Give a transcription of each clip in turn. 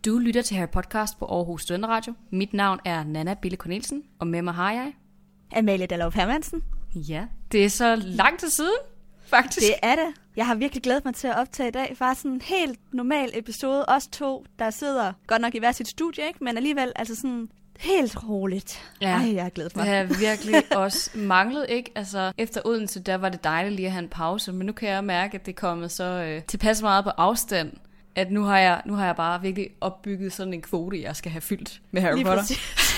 Du lytter til Harry Podcast på Aarhus Studenteradio. Mit navn er Nana Bille Cornelsen, og med mig har jeg... Amalie Dallov Hermansen. Ja, det er så lang tid siden, faktisk. Det er det. Jeg har virkelig glædet mig til at optage i dag. Bare sådan en helt normal episode. Os to, der sidder godt nok i hver sit studie, ikke? Men alligevel altså sådan helt roligt. Ja, ej, jeg har glædet mig. Det har virkelig også manglet, ikke? Altså, efter Odense, der var det dejligt lige at have en pause, men nu kan jeg mærke, at det er kommet så tilpas meget på afstand, at nu har jeg bare virkelig opbygget sådan en kvote, jeg skal have fyldt med Harry lige Potter.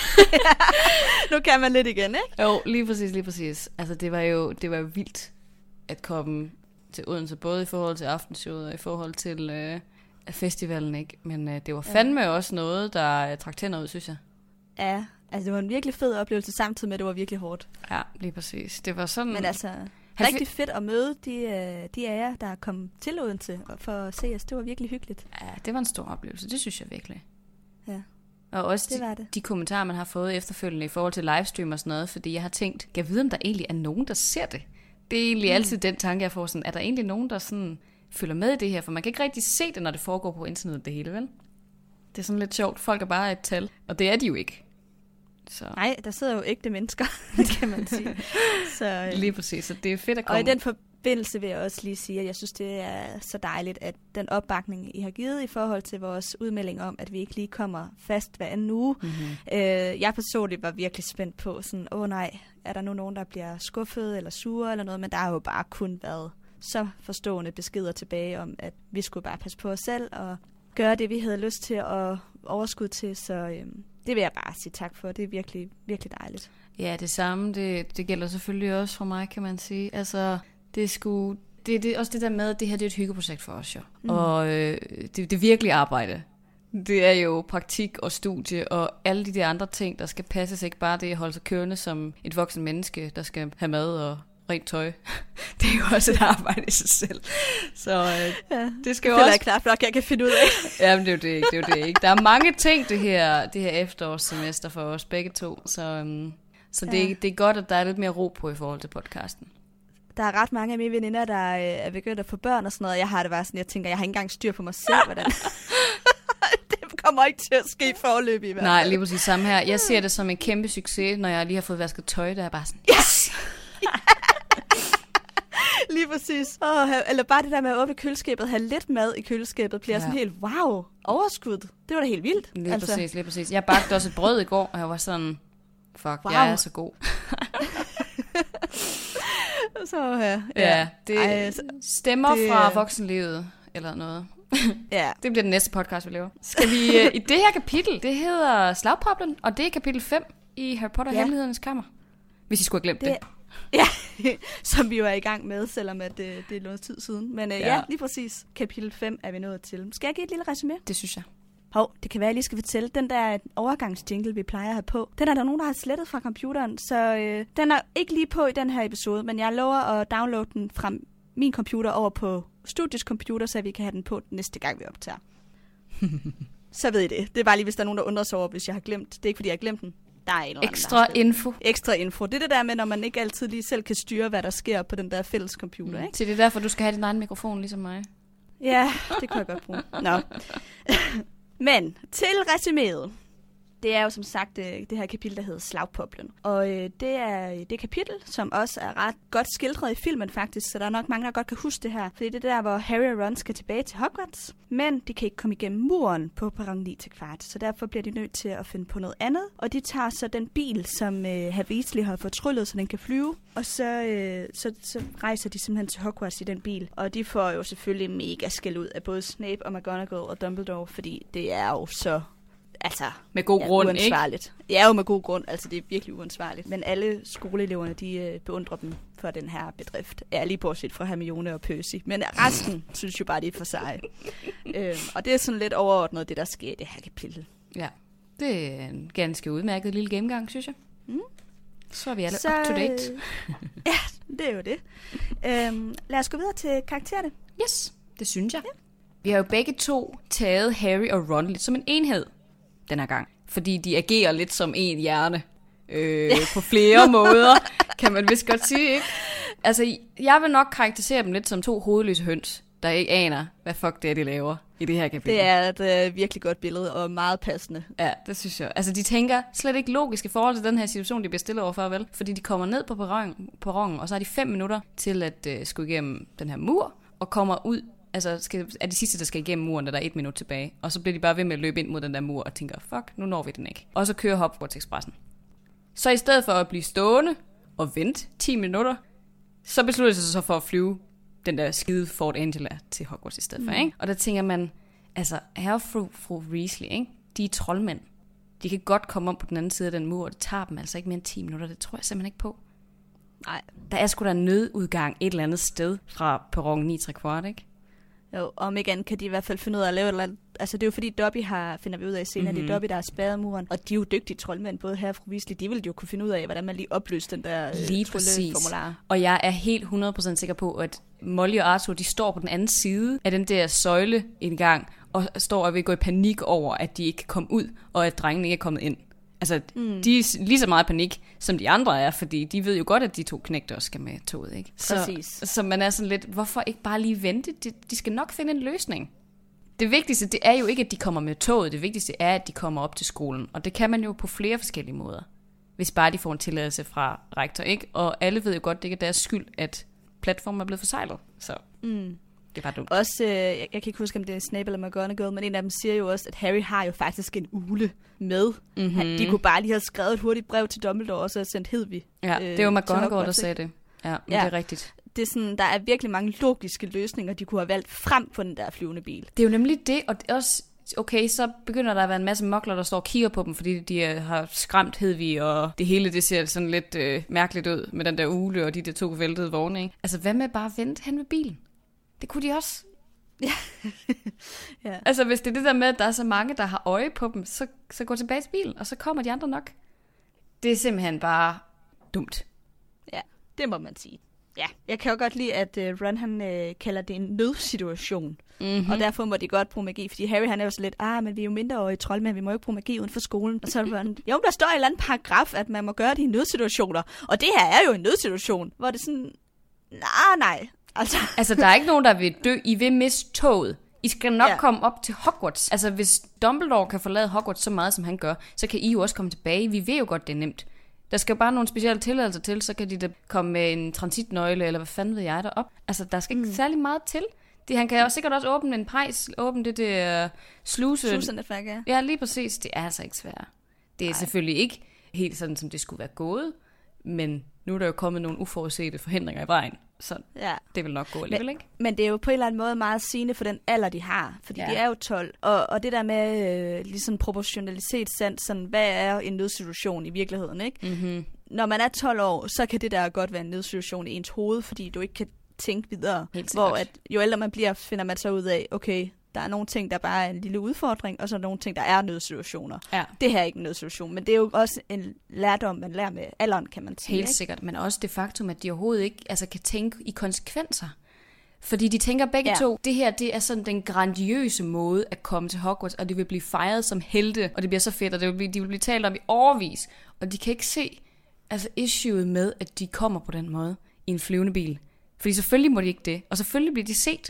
Nu kan man lidt igen, ikke? Jo, lige præcis. Altså, det var jo vildt at komme til Odense, både i forhold til aftenshowet og i forhold til festivalen, ikke? Men det var fandme også noget, der trak tænder ud, synes jeg. Ja, altså det var en virkelig fed oplevelse, samtidig med, at det var virkelig hårdt. Ja, lige præcis. Det var sådan... Men altså, rigtig fedt at møde de af jer, der kom til Odense for at se os. Det var virkelig hyggeligt. Ja, det var en stor oplevelse. Det synes jeg virkelig. Ja. Og også de kommentarer, man har fået efterfølgende i forhold til livestream og sådan noget, fordi jeg har tænkt, kan jeg vide, om der egentlig er nogen, der ser det? Det er egentlig altid den tanke, jeg får sådan, er der egentlig nogen, der sådan følger med i det her? For man kan ikke rigtig se det, når det foregår på internettet det hele, vel? Det er sådan lidt sjovt. Folk er bare et tal, og det er de jo ikke. Så. Nej, der sidder jo ægte mennesker, kan man sige. Så, lige præcis, så det er fedt at komme. Og i den forbindelse vil jeg også lige sige, at jeg synes, det er så dejligt, at den opbakning, I har givet i forhold til vores udmelding om, at vi ikke lige kommer fast hver anden uge. Mm-hmm. Jeg personligt var virkelig spændt på, sådan, nej, er der nu nogen, der bliver skuffet eller sure eller noget, men der har jo bare kun været så forstående beskeder tilbage om, at vi skulle bare passe på os selv og gøre det, vi havde lyst til og overskud til, så... Det vil jeg bare sige tak for. Det er virkelig, virkelig dejligt. Ja, det samme. Det gælder selvfølgelig også for mig, kan man sige. Altså, det er også det der med, at det her det er et hyggeprojekt for os jo. Mm. Og det er virkelig arbejde. Det er jo praktik og studie og alle de der andre ting, der skal passes. Ikke bare det at holde sig kørende som et voksen menneske, der skal have mad og rent tøj. Det er jo også et arbejde i sig selv. Så det skal jo også... Det er knap nok, jeg kan finde ud af. Jamen, det er jo det ikke. Der er mange ting, det her efterårssemester for os begge to. Så det er godt, at der er lidt mere ro på i forhold til podcasten. Der er ret mange af mine veninder, der er begyndt at få børn og sådan noget. Jeg har det bare sådan, jeg tænker, jeg har ikke engang styr på mig selv, hvordan... Det kommer ikke til at ske forløbig i hvert fald. Nej, lige præcis samme her. Jeg ser det som en kæmpe succes, når jeg lige har fået vasket tøj, der er bare sådan, yes! Lige præcis. Eller bare det der med at åbne køleskabet, have lidt mad i køleskabet, bliver sådan helt, wow, overskud. Det var da helt vildt. Lige præcis. Jeg bagte også et brød i går, og jeg var sådan, fuck, wow. Jeg er så god. Stemmer fra voksenlivet, eller noget. Ja. Det bliver den næste podcast, vi laver. Skal vi i det her kapitel, det hedder Slagpoplen, og det er kapitel 5 i Harry Potter Hemmelighedernes Kammer. Hvis I skulle have glemt det. Ja, som vi jo er i gang med, selvom at det er noget tid siden. Men ja, lige præcis. Kapitel 5 er vi nået til. Skal jeg give et lille resume? Det synes jeg. Det kan være, at jeg lige skal fortælle. Den der overgangsjingle, vi plejer at have på, den er der nogen, der har slettet fra computeren. Så den er ikke lige på i den her episode, men jeg lover at downloade den fra min computer over på studiets computer, så vi kan have den på næste gang, vi optager. Så ved I det. Det er bare lige, hvis der er nogen, der undrer sig over, hvis jeg har glemt. Det er ikke, fordi jeg har glemt den. Der er en Ekstra info. Ekstra info. Det er det der med, når man ikke altid lige selv kan styre, hvad der sker på den der fælles computer, ikke? Så det er derfor, du skal have din egen mikrofon, ligesom mig. Ja, det kan jeg godt bruge. Nå. Men til resuméet. Det er jo som sagt det her kapitel, der hedder Slagpoplen. Og det er det kapitel, som også er ret godt skildret i filmen faktisk, så der er nok mange, der godt kan huske det her. Fordi det er der, hvor Harry og Ron skal tilbage til Hogwarts, men de kan ikke komme igennem muren på perron 9 til kvart, så derfor bliver de nødt til at finde på noget andet. Og de tager så den bil, som Harry Weasley har fortryllet, så den kan flyve, og så rejser de simpelthen til Hogwarts i den bil. Og de får jo selvfølgelig mega skæld ud af både Snape og McGonagall og Dumbledore, fordi det er jo så... Altså, med god grund, uansvarligt. Ikke? Ja, jo med god grund. Altså, det er virkelig uansvarligt. Men alle skoleeleverne, de beundrer dem for den her bedrift. Ja, lige bortset fra Hermione og Percy. Men resten synes jo bare, de er for seje. Og det er sådan lidt overordnet, det der sker i det her kapitel. Ja, det er en ganske udmærket lille gennemgang, synes jeg. Mm. Så er vi alle up to date. Ja, det er jo det. Lad os gå videre til karaktererne. Yes, det synes jeg. Ja. Vi har jo begge to taget Harry og Ron lidt som en enhed den her gang. Fordi de agerer lidt som en hjerne. På flere måder, kan man vist godt sige, ikke? Altså, jeg vil nok karakterisere dem lidt som to hovedløse høns, der ikke aner, hvad fuck det er, de laver i det her kapitel. Det er et virkelig godt billede, og meget passende. Ja, det synes jeg. Altså, de tænker slet ikke logisk i forhold til den her situation, de bliver stillet overfor, vel? Fordi de kommer ned på perronen, og så har de 5 minutter til at skulle igennem den her mur, og kommer ud, altså er de sidste, der skal igennem muren, da der er 1 minut tilbage. Og så bliver de bare ved med at løbe ind mod den der mur, og tænker, fuck, nu når vi den ikke. Og så kører Hogwarts Expressen. Så i stedet for at blive stående og vente 10 minutter, så beslutter de sig så for at flyve den der skide Fort Angela til Hogwarts i stedet for, ikke? Og der tænker man, altså, herre fru Weasley, ikke? De er troldmænd. De kan godt komme om på den anden side af den mur, og det tager dem altså ikke mere end 10 minutter. Det tror jeg simpelthen ikke på. Nej. Der er sgu da en nødudgang et eller andet sted fra perron 9¾ ikke? Jo, om ikke andet kan de i hvert fald finde ud af at lave et eller andet. Altså, det er jo fordi Dobby finder vi ud af senere, det er Dobby, der har spærret muren. Og de er jo dygtige troldmænd, både her og fru Weasley. De ville jo kunne finde ud af, hvordan man lige opløste den der trylleformular. Og jeg er helt 100% sikker på, at Molly og Arthur, de står på den anden side af den der søjle en gang, og står og vil gå i panik over, at de ikke kan komme ud, og at drengene ikke er kommet ind. Altså, de er lige så meget panik, som de andre er, fordi de ved jo godt, at de 2 knægte også skal med toget, ikke? Så man er sådan lidt, hvorfor ikke bare lige vente? De skal nok finde en løsning. Det vigtigste, det er jo ikke, at de kommer med toget. Det vigtigste er, at de kommer op til skolen. Og det kan man jo på flere forskellige måder. Hvis bare de får en tilladelse fra rektor, ikke? Og alle ved jo godt, det ikke er deres skyld, at platformen er blevet forsejlet. Så det er bare dumt. Også, jeg kan ikke huske, om det er Snape eller McGonagall, men en af dem siger jo også, at Harry har jo faktisk en ule med. De kunne bare lige have skrevet et hurtigt brev til Dumbledore, og så sendt Hedvig. Ja, det var McGonagall, der sagde det. Ja, men det er rigtigt. Det er sådan, der er virkelig mange logiske løsninger, de kunne have valgt frem på den der flyvende bil. Det er jo nemlig det, og det er også, okay, så begynder der at være en masse mokler, der står og kigger på dem, fordi de har skræmt Hedvig, og det hele, det ser sådan lidt mærkeligt ud med den der ule og de der 2 væltede vogne, ikke? Altså, hvad med bare at vente hen ved bilen? Det kunne de også. Ja. Ja. Altså, hvis det er det der med, at der er så mange, der har øje på dem, så gå tilbage til bilen, og så kommer de andre nok. Det er simpelthen bare dumt. Ja, det må man sige. Ja, jeg kan jo godt lide, at Ron han kalder det en nødsituation. Og derfor må de godt bruge magi, fordi Harry han er jo så lidt, men vi er jo mindreårige troldmænd, vi må jo ikke bruge magi uden for skolen. Og så er Ron, jo, der står en eller anden paragraf, at man må gøre det i nødsituationer. Og det her er jo en nødsituation, hvor det sådan, nej. Altså, der er ikke nogen, der vil dø. I vil miste toget. I skal nok komme op til Hogwarts. Altså, hvis Dumbledore kan forlade Hogwarts så meget, som han gør, så kan I jo også komme tilbage. Vi ved jo godt, det er nemt. Der skal jo bare nogle specielle tilladelser til, så kan de da komme med en transitnøgle, eller hvad fanden ved jeg derop. Altså, der skal ikke særlig meget til. Han kan jo sikkert også åbne en pejs, åbne det der slusenetværk, ja. Ja, lige præcis. Det er altså ikke svært. Det er selvfølgelig ikke helt sådan, som det skulle være gået, men nu er der jo kommet nogle uforudsete forhindringer i vejen, så det vil nok gå alligevel, ikke? Men det er jo på en eller anden måde meget sigende for den alder, de har, fordi de er jo 12, og det der med ligesom proportionalitet sandt, sådan, hvad er en nødsituation i virkeligheden, ikke? Mm-hmm. Når man er 12 år, så kan det der godt være en nødsituation i ens hoved, fordi du ikke kan tænke videre, hvor at, jo ældre man bliver, finder man så ud af, okay, der er nogle ting, der bare er en lille udfordring, og så er nogle ting, der er nødsituationer. Ja. Det her er ikke en nødsituation, men det er jo også en lærdom, man lærer med alderen, kan man sige. Helt sikkert, men også det faktum, at de overhovedet ikke kan tænke i konsekvenser. Fordi de tænker begge to, det her, det er sådan den grandiøse måde at komme til Hogwarts, og det vil blive fejret som helte, og det bliver så fedt, og de vil blive talt om i årevis, og de kan ikke se issueet med, at de kommer på den måde i en flyvende bil. Fordi selvfølgelig må de ikke det, og selvfølgelig bliver de set.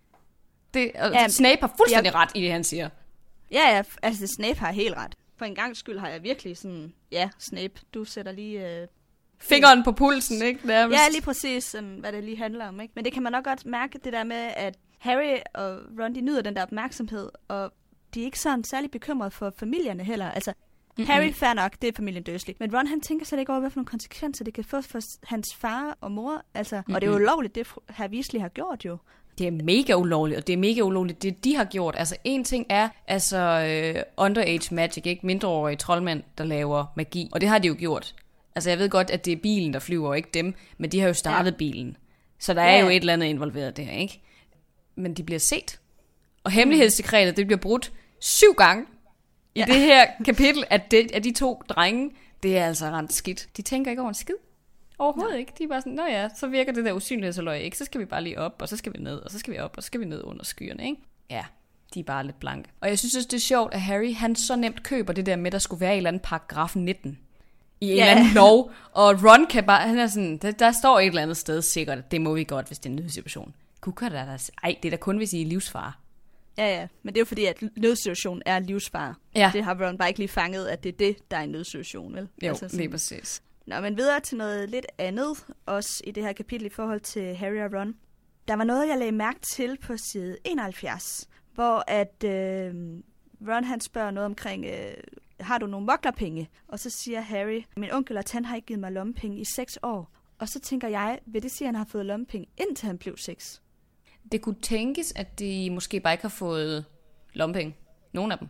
Snape har fuldstændig ret i det, han siger. Ja, altså Snape har helt ret. For en gang skyld har jeg virkelig sådan, Snape, du sætter lige fingeren på pulsen, ikke? Nærmest. Ja, lige præcis, sådan, hvad det lige handler om, ikke? Men det kan man nok godt mærke, det der med, at Harry og Ron, de nyder den der opmærksomhed, og de er ikke sådan særlig bekymrede for familierne heller. Altså, Harry, fair nok, det er familien Dursley. Men Ron, han tænker slet ikke over, hvad for nogle konsekvenser det kan få for hans far og mor. Altså, og det er jo ulovligt, det herr Weasley har gjort jo. Det er mega ulovligt, og det er mega ulovligt, det de har gjort. Altså, en ting er underage magic, ikke? Mindreårige troldmænd, der laver magi. Og det har de jo gjort. Altså, jeg ved godt, at det er bilen, der flyver, og ikke dem. Men de har jo startet bilen. Så der er jo et eller andet involveret der, ikke? Men de bliver set. Og hemmelighedssekretet, det bliver brudt 7 gange i det her kapitel, at de 2 drenge, det er altså rent skidt. De tænker ikke over en skid. Overhovedet ikke. De er bare sådan, så virker det der usynlighedsaløje ikke. Så skal vi bare lige op, og så skal vi ned, og så skal vi op, og så skal vi ned under skyerne, ikke? Ja, de er bare lidt blanke. Og jeg synes også, det er sjovt, at Harry, han så nemt køber det der med, der skulle være en eller anden paragraf 19 i en eller anden lov. Og Ron kan bare, han er sådan, der står et eller andet sted sikkert, det må vi godt, hvis det er en nødsituation. Ej, det er da kun, hvis I er livsfare. Ja, men det er jo fordi, at nødsituationen er livsfare. Ja. Det har Ron bare ikke lige fanget, at det er det, der er en nødsituation, vel? Jo, altså lige præcis. Nå, men videre til noget lidt andet, også i det her kapitel i forhold til Harry og Ron. Der var noget, jeg lagde mærke til på side 71, hvor at Ron han spørger noget omkring, har du nogle moklerpenge? Og så siger Harry, min onkel og tante har ikke givet mig lommepenge i 6 år. Og så tænker jeg, vil det sige, at han har fået lommepenge, indtil han blev 6? Det kunne tænkes, at de måske bare ikke har fået lommepenge. Nogle af dem.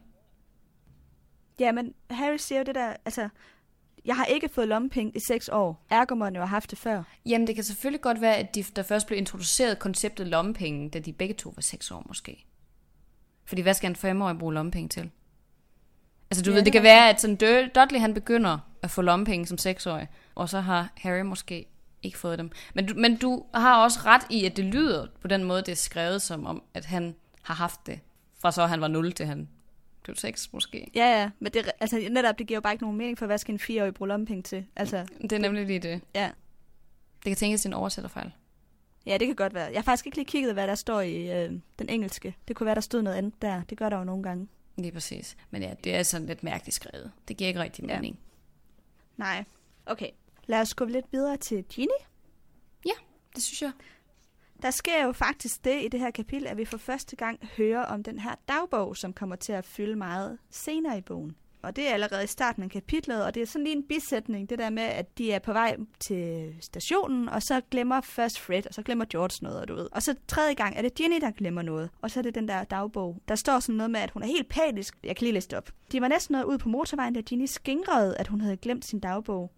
Ja, men Harry siger jo det der, altså, jeg har ikke fået lommepenge i 6 år. Ergo må han jo have haft det før. Jamen, det kan selvfølgelig godt være, at der først blev introduceret konceptet lommepenge, da de begge to var 6 år måske. Fordi hvad skal en 5-årig bruge lommepenge til? Altså, du ved, det kan være, at sådan Dudley han begynder at få lommepenge som 6-årig, og så har Harry måske ikke fået dem. Men du har også ret i, at det lyder på den måde, det er skrevet som om, at han har haft det, fra så han var 0 til han blev 6 måske. Ja, men det, altså, netop, det giver jo bare ikke nogen mening for, hvad skal en 4-årig bruge lommepenge til? Altså, det er nemlig lige det. Ja. Det kan tænkes en oversætterfejl. Ja, det kan godt være. Jeg har faktisk ikke lige kigget, hvad der står i den engelske. Det kunne være, der stod noget andet der. Det gør der jo nogle gange. Lige præcis. Men ja, det er sådan lidt mærkeligt skrevet. Det giver ikke rigtig mening. Nej. Okay. Lad os gå lidt videre til Ginny. Ja, det synes jeg. Der sker jo faktisk det i det her kapitel, at vi for første gang hører om den her dagbog, som kommer til at fylde meget senere i bogen. Og det er allerede i starten af kapitlet, og det er sådan lige en bisætning, det der med, at de er på vej til stationen, og så glemmer først Fred, og så glemmer George noget, og du ved. Og så tredje gang er det Ginny, der glemmer noget, og så er det den der dagbog. Der står sådan noget med, at hun er helt panisk. Jeg kan lige læse det op. De var næsten noget ude på motorvejen, da Ginny skingrede, at hun havde glemt sin dagbog.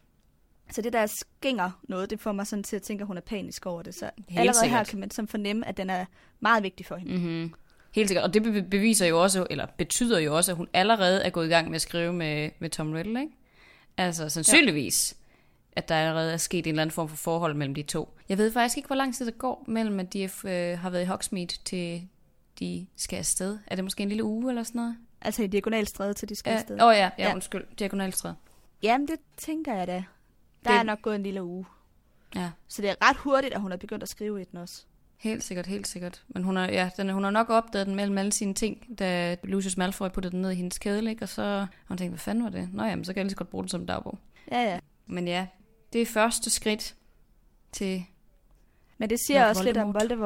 Så det der skinger noget, det får mig sådan til at tænke, at hun er panisk over det. Så helt allerede sikkert. her kan man sådan fornemme, at den er meget vigtig for hende. Mm-hmm. Helt sikkert. Og det beviser jo også, eller betyder jo også, at hun allerede er gået i gang med at skrive med Tom Riddle, ikke? Altså sandsynligvis, at der allerede er sket en eller anden form for forhold mellem de to. Jeg ved faktisk ikke, hvor lang tid det går mellem, at de har været i Hogsmeade, til de skal afsted. Er det måske en lille uge eller sådan noget? Altså i Diagonalstræde, til de skal afsted. Ja, undskyld. Diagonalstræde. Jamen, det tænker jeg da. Der er nok gået en lille uge. Ja. Så det er ret hurtigt, at hun er begyndt at skrive i den også. Helt sikkert. Men hun har nok opdaget den mellem alle sine ting, da Lucius Malfoy puttede den ned i hendes kedel, ikke? Og så hun tænkte, hvad fanden var det? Nå jamen, så kan jeg lige så godt bruge den som dagbog. Ja. Men ja, det er første skridt til... Men det siger også Voldemort. lidt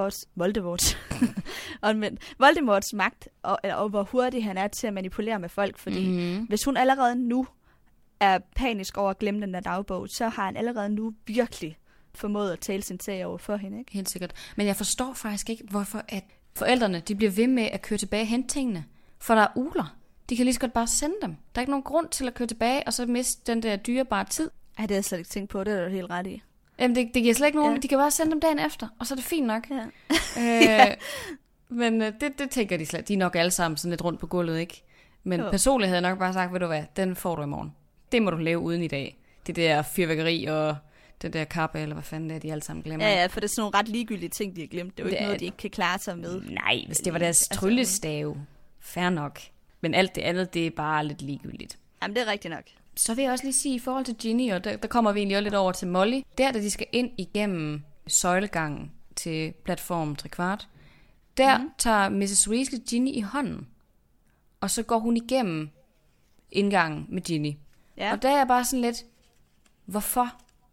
om Voldemorts magt, og hvor hurtig han er til at manipulere med folk. Fordi hvis hun allerede nu er panisk over at glemme den der dagbog, så har han allerede nu virkelig formået at tale sin sag over for hende, ikke? Helt sikkert. Men jeg forstår faktisk ikke, hvorfor at forældrene de bliver ved med at køre tilbage og hente tingene. For der er ugler. De kan lige så godt bare sende dem. Der er ikke nogen grund til at køre tilbage, og så miste den der dyrebare tid. Ej, det har jeg slet ikke tænkt på. Det er du helt ret i. Jamen, det giver slet ikke nogen. Ja. De kan bare sende dem dagen efter, og så er det fint nok. Ja. Men det tænker de slet. De er nok alle sammen sådan lidt rundt på gulvet, ikke? Men personligt havde jeg nok bare sagt, ved du hvad, den får du i morgen. Det må du lave uden i dag. Det der fyrværkeri og den der kappe, eller hvad fanden det er, de alle sammen glemmer. Ja, for det er sådan nogle ret ligegyldige ting, de har glemt. Det er jo ikke noget, de ikke kan klare sig med. Nej, hvis det var deres tryllestave. Fair nok. Men alt det andet, det er bare lidt ligegyldigt. Jamen, det er rigtigt nok. Så vil jeg også lige sige, i forhold til Ginny, og der kommer vi egentlig også lidt over til Molly. Da de skal ind igennem søjlegangen til platform 3/4, der tager Mrs. Weasley Ginny i hånden. Og så går hun igennem indgangen med Ginny. Ja. Og der er jeg bare sådan lidt, hvorfor?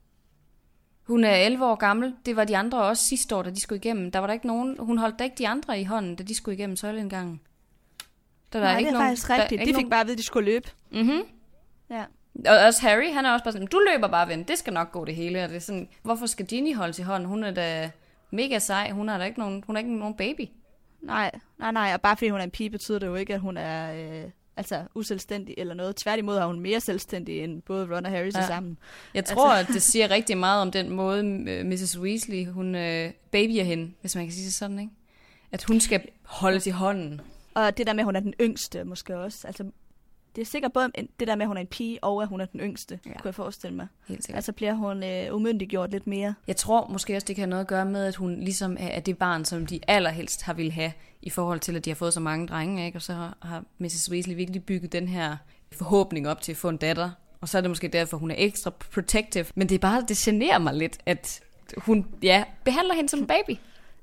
Hun er 11 år gammel. Det var de andre også sidste år, da de skulle igennem. Der var der ikke nogen. Hun holdt da ikke de andre i hånden, da de skulle igennem søjleindgangen. Nej, det er faktisk rigtigt. De fik bare at vide, at de skulle løbe. Mhm. Ja. Og også Harry, han er også bare sådan, du løber bare, ven. Det skal nok gå det hele. Og det er sådan, hvorfor skal Ginny holde i hånden? Hun er da mega sej. Hun er ikke nogen baby. Nej. Og bare fordi hun er en pige, betyder det jo ikke, at hun er uselvstændig eller noget. Tværtimod er hun mere selvstændig end både Ron og Harry sammen. Jeg tror, at det siger rigtig meget om den måde, Mrs. Weasley, hun babyer hende, hvis man kan sige det sådan, ikke? At hun skal holdes i hånden. Og det der med, at hun er den yngste, måske også. Altså, det er sikkert både det der med, at hun er en pige, og at hun er den yngste, kunne jeg forestille mig. Helt sikkert. Altså bliver hun umyndiggjort lidt mere. Jeg tror måske også, det kan have noget at gøre med, at hun ligesom er det barn, som de allerhelst har ville have, i forhold til, at de har fået så mange drenge, ikke? Og så har Mrs. Weasley virkelig bygget den her forhåbning op til at få en datter. Og så er det måske derfor, hun er ekstra protective. Men det generer mig lidt, at hun behandler hende som en baby.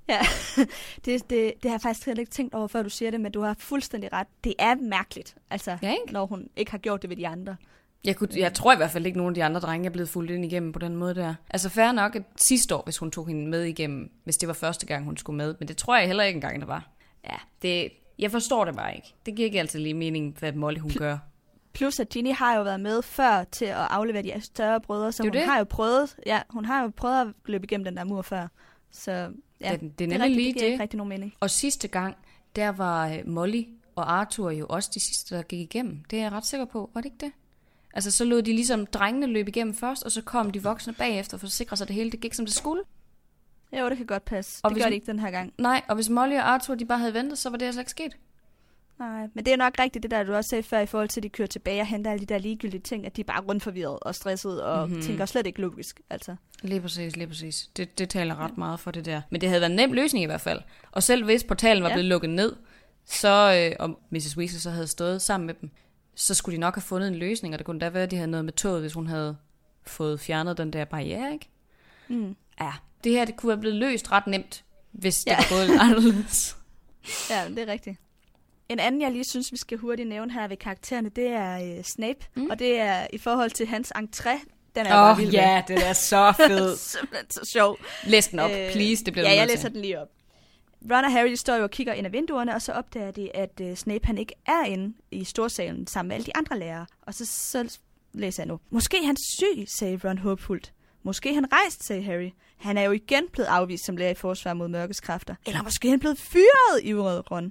Ja, det har jeg faktisk heller ikke tænkt over, før du siger det, men du har fuldstændig ret. Det er mærkeligt, altså, når hun ikke har gjort det ved de andre. Jeg tror i hvert fald ikke, nogen af de andre drenge er blevet fulgt ind igennem på den måde der. Altså fair nok, at sidste år, hvis hun tog hende med igennem, hvis det var første gang, hun skulle med. Men det tror jeg heller ikke engang, det var. Ja, jeg forstår det bare ikke. Det giver ikke altid lige mening, hvad Molly hun gør. Plus at Ginny har jo været med før til at aflevere de større brødre, så hun har jo prøvet at løbe igennem den der mur før. Så ja, det er nemlig lige det giver ikke rigtig nogen mening. Og sidste gang, der var Molly og Arthur jo også de sidste, der gik igennem. Det er jeg ret sikker på. Var det ikke det? Altså så lod de ligesom drengene løbe igennem først, og så kom de voksne bagefter for at sikre sig, at det hele det gik som det skulle. Jo, det kan godt passe. Og det gør det ikke den her gang. Nej, og hvis Molly og Arthur de bare havde ventet, så var det altså ikke sket. Nej, men det er nok rigtigt det der, du også sagde før, i forhold til, at de kører tilbage og henter alle de der ligegyldige ting, at de er bare rundt forvirret og stresset og tænker slet ikke logisk. Altså. Lige præcis. Det taler ret meget for det der. Men det havde været en nem løsning i hvert fald. Og selv hvis portalen var blevet lukket ned, så og Mrs. Weasley så havde stået sammen med dem, så skulle de nok have fundet en løsning, og det kunne da være, at de havde noget med toget, hvis hun havde fået fjernet den der barriere, ikke? Ja, det her det kunne have blevet løst ret nemt, hvis det var gået lidt anderledes. Ja, det er rigtigt. En anden, jeg lige synes, vi skal hurtigt nævne her ved karaktererne, det er Snape. Og det er i forhold til hans entré. Den er bare vild. Ja, det er så fed. Simpelthen så sjov. Læs den op, please. Det bliver jeg læser den lige op. Ron og Harry står jo og kigger ind ad vinduerne, og så opdager de, at Snape han ikke er inde i storsalen sammen med alle de andre lærere. Og så læser jeg nu. Måske han syg, sagde Ron håbfuldt. Måske han rejst, sagde Harry. Han er jo igen blevet afvist som lærer i forsvar mod mørkets kræfter. Eller måske han blevet fyret, ivrede Ron.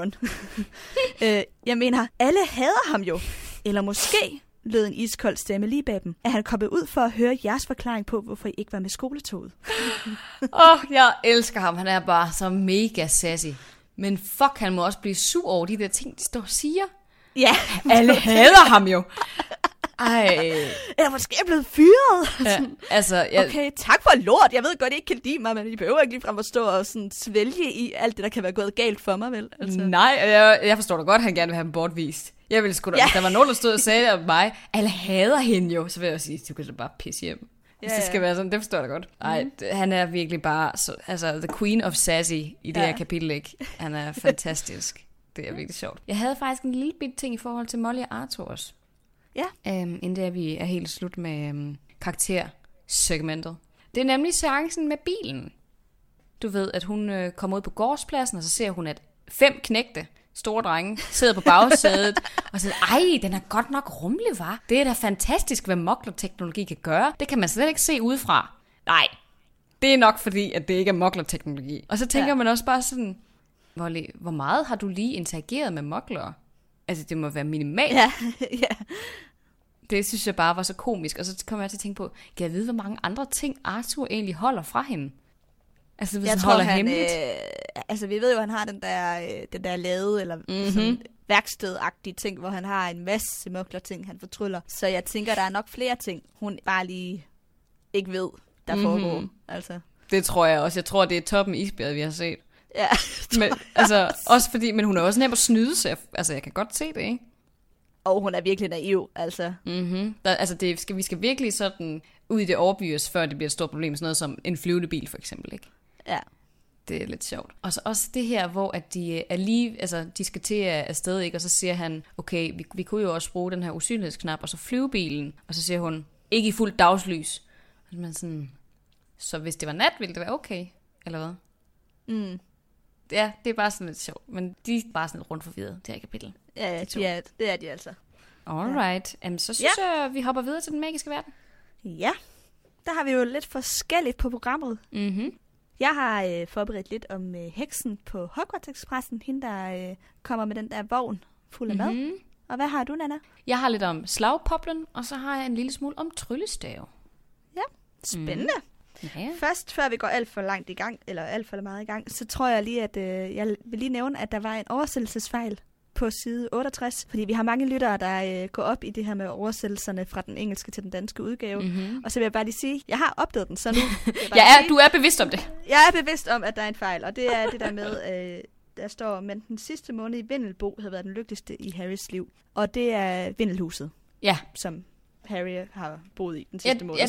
Jeg mener, alle hader ham jo. Eller måske, lød en iskold stemme lige bag dem, at han kommet ud for at høre jeres forklaring på, hvorfor I ikke var med skoletoget. Jeg elsker ham. Han er bare så mega sassy. Men fuck, han må også blive sur over de der ting, de står og siger. Ja. Alle hader ham jo. Ej. Eller måske er jeg blevet fyret. Ja, altså, okay, tak for lort. Jeg ved godt, I ikke kan lide mig, men I behøver ikke ligefrem at stå og sådan svælge i alt det, der kan være gået galt for mig, vel? Altså. Nej, jeg forstår da godt, at han gerne vil have dem bortvist. Jeg ville sgu da, hvis der var nogen, der stod og sagde om mig, alle hader hende jo, så vil jeg sige, du kan da bare pisse hjem. Hvis det skal være sådan, det forstår jeg da godt. Ej, han er virkelig bare, the queen of sassy i det her kapitel, ikke? Han er fantastisk. Det er virkelig sjovt. Jeg havde faktisk en lille bit ting i forhold til Molly og Arthur også. Ja. Inden det vi er helt slut med karaktersegmentet. Det er nemlig seancen med bilen. Du ved, at hun kommer ud på gårdspladsen, og så ser hun, at 5 knægte, store drenge, sidder på bagsædet og siger, ej, den er godt nok rummelig, var. Det er da fantastisk, hvad mugler-teknologi kan gøre. Det kan man slet ikke se udefra. Nej, det er nok fordi, at det ikke er mugler-teknologi. Og så tænker man også bare sådan, hvor meget har du lige interageret med muglere? Altså, det må være minimalt. Ja. Det synes jeg bare var så komisk. Og så kommer jeg til at tænke på, kan jeg vide, hvor mange andre ting Arthur egentlig holder fra hende? Altså, hvis han holder hemmeligt. Altså, vi ved jo, at han har den der lade, eller sådan værkstedagtige ting, hvor han har en masse mugler-ting, han fortryller. Så jeg tænker, der er nok flere ting, hun bare lige ikke ved, der foregår. Altså. Det tror jeg også. Jeg tror, det er toppen isbjerget, vi har set. Ja. Men, altså, også fordi, men hun er også nem at snyde sig. Altså, jeg kan godt se det, ikke? Og hun er virkelig naiv, altså. Vi skal virkelig sådan ud i det overbyes, før det bliver et stort problem. Sådan noget som en flyvende bil, for eksempel, ikke? Ja. Det er lidt sjovt. Og så også det her, hvor at de er lige, altså de skal til afsted, ikke? Og så siger han, okay, vi kunne jo også bruge den her usynlighedsknap, og så flyvebilen. Og så siger hun, ikke i fuldt dagslys. Men sådan, så hvis det var nat, ville det være okay, eller hvad? Ja, det er bare sådan lidt sjovt. Men de er bare sådan lidt rundt forvirret, det her kapitel. Ja, det er de altså. Alright. Så synes jeg, vi hopper videre til den magiske verden. Ja, der har vi jo lidt forskelligt på programmet. Jeg har forberedt lidt om heksen på Hogwarts-ekspressen. Hende, der kommer med den der vogn fuld af mad. Og hvad har du, Nana? Jeg har lidt om slagpoplen, og så har jeg en lille smule om tryllestav. Ja, spændende. Ja. Først, før vi går alt for langt i gang, eller alt for meget i gang, så tror jeg lige, at jeg vil lige nævne, at der var en oversættelsesfejl på side 68, fordi vi har mange lyttere, der går op i det her med oversættelserne fra den engelske til den danske udgave. Og så vil jeg bare lige sige, jeg har opdaget den, så nu... Du er bevidst om det. Jeg er bevidst om, at der er en fejl, og det er det der med, der står, men den sidste måned i Vindelbo havde været den lykkeligste i Harrys liv. Og det er Vindelhuset, ja, som Harry har boet i den sidste måned.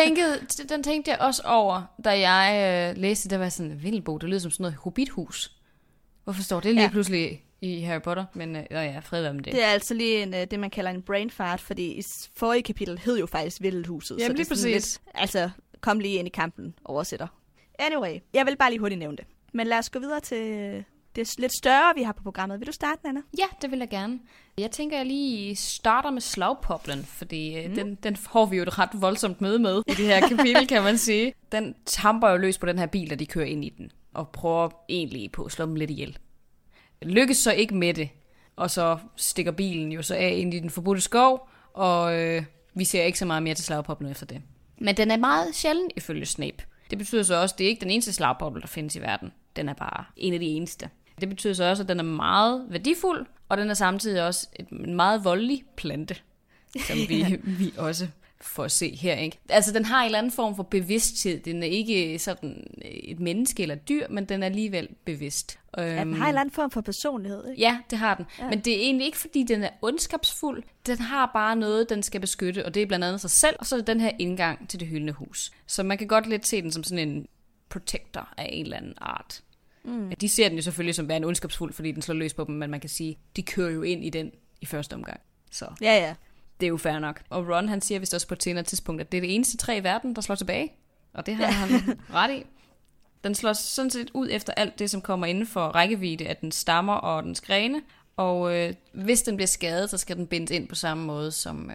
Den tænkte jeg også over, da jeg læste, der var sådan, Vildbo, det lyder som sådan noget hobbithus. Hvorfor står det lige pludselig i Harry Potter? Men fred være med det. Det er altså lige det, man kalder en brain fart, fordi i forrige kapitel hed jo faktisk Vildhuset. Jamen lige præcis. Lidt, kom lige ind i kampen, oversætter. Anyway, jeg vil bare lige hurtigt nævne det. Men lad os gå videre til det lidt større, vi har på programmet. Vil du starte, Nana? Ja, det vil jeg gerne. Jeg tænker, jeg lige starter med slagpoplen, fordi den får vi jo et ret voldsomt møde med i det her kapitel, kan man sige. Den tamper jo løs på den her bil, da de kører ind i den, og prøver egentlig på at slå dem lidt ihjel. Lykkes så ikke med det, og så stikker bilen jo så af ind i den forbudte skov, og vi ser ikke så meget mere til slagpoplen efter det. Men den er meget sjælden ifølge Snape. Det betyder så også, at det er ikke den eneste slagpople, der findes i verden. Den er bare en af de eneste. Det betyder så også, at den er meget værdifuld, og den er samtidig også en meget voldelig plante, som vi også får at se her, ikke? Altså, den har en eller anden form for bevidsthed. Den er ikke sådan et menneske eller et dyr, men den er alligevel bevidst. Den har en eller anden form for personlighed, ikke? Ja, det har den. Ja. Men det er egentlig ikke, fordi den er ondskabsfuld. Den har bare noget, den skal beskytte, og det er blandt andet sig selv, og så er det den her indgang til det hyldende hus. Så man kan godt lidt se den som sådan en protector af en eller anden art. De ser den jo selvfølgelig som værende ondskabsfuld, fordi den slår løs på dem, men man kan sige, de kører jo ind i den i første omgang. Så ja. Det er jo fair nok. Og Ron, han siger vist også på et senere tidspunkt, at det er det eneste træ i verden, der slår tilbage. Og det har han ret i. Den slår sådan set ud efter alt det, som kommer inden for rækkevidde af den stammer og dens grene. Og hvis den bliver skadet, så skal den bindes ind på samme måde som,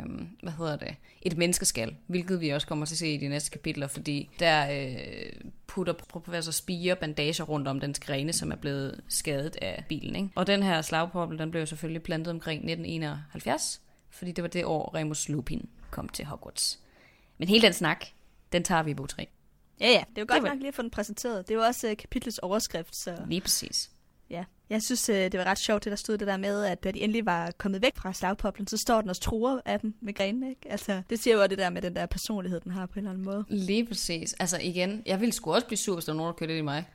et menneske skal. Hvilket vi også kommer til at se i de næste kapitler, fordi der putter professor Spire bandager rundt om dens grene, som er blevet skadet af bilen, ikke? Og den her slagpople, den blev jo selvfølgelig plantet omkring 1971, fordi det var det år, Remus Lupin kom til Hogwarts. Men hele den snak, den tager vi i bog 3. Ja, det er jo godt nok lige at få den præsenteret. Det er jo også kapitlets overskrift. Så... Lige præcis. Ja, jeg synes, det var ret sjovt, det der stod det der med, at da de endelig var kommet væk fra slagpoplen, så står den og truer af dem med grenene, ikke? Altså, det siger jo det der med den der personlighed, den har på en eller anden måde. Lige præcis. Altså igen, jeg ville sgu også blive sur, hvis der var nogen, der kørte det i mig.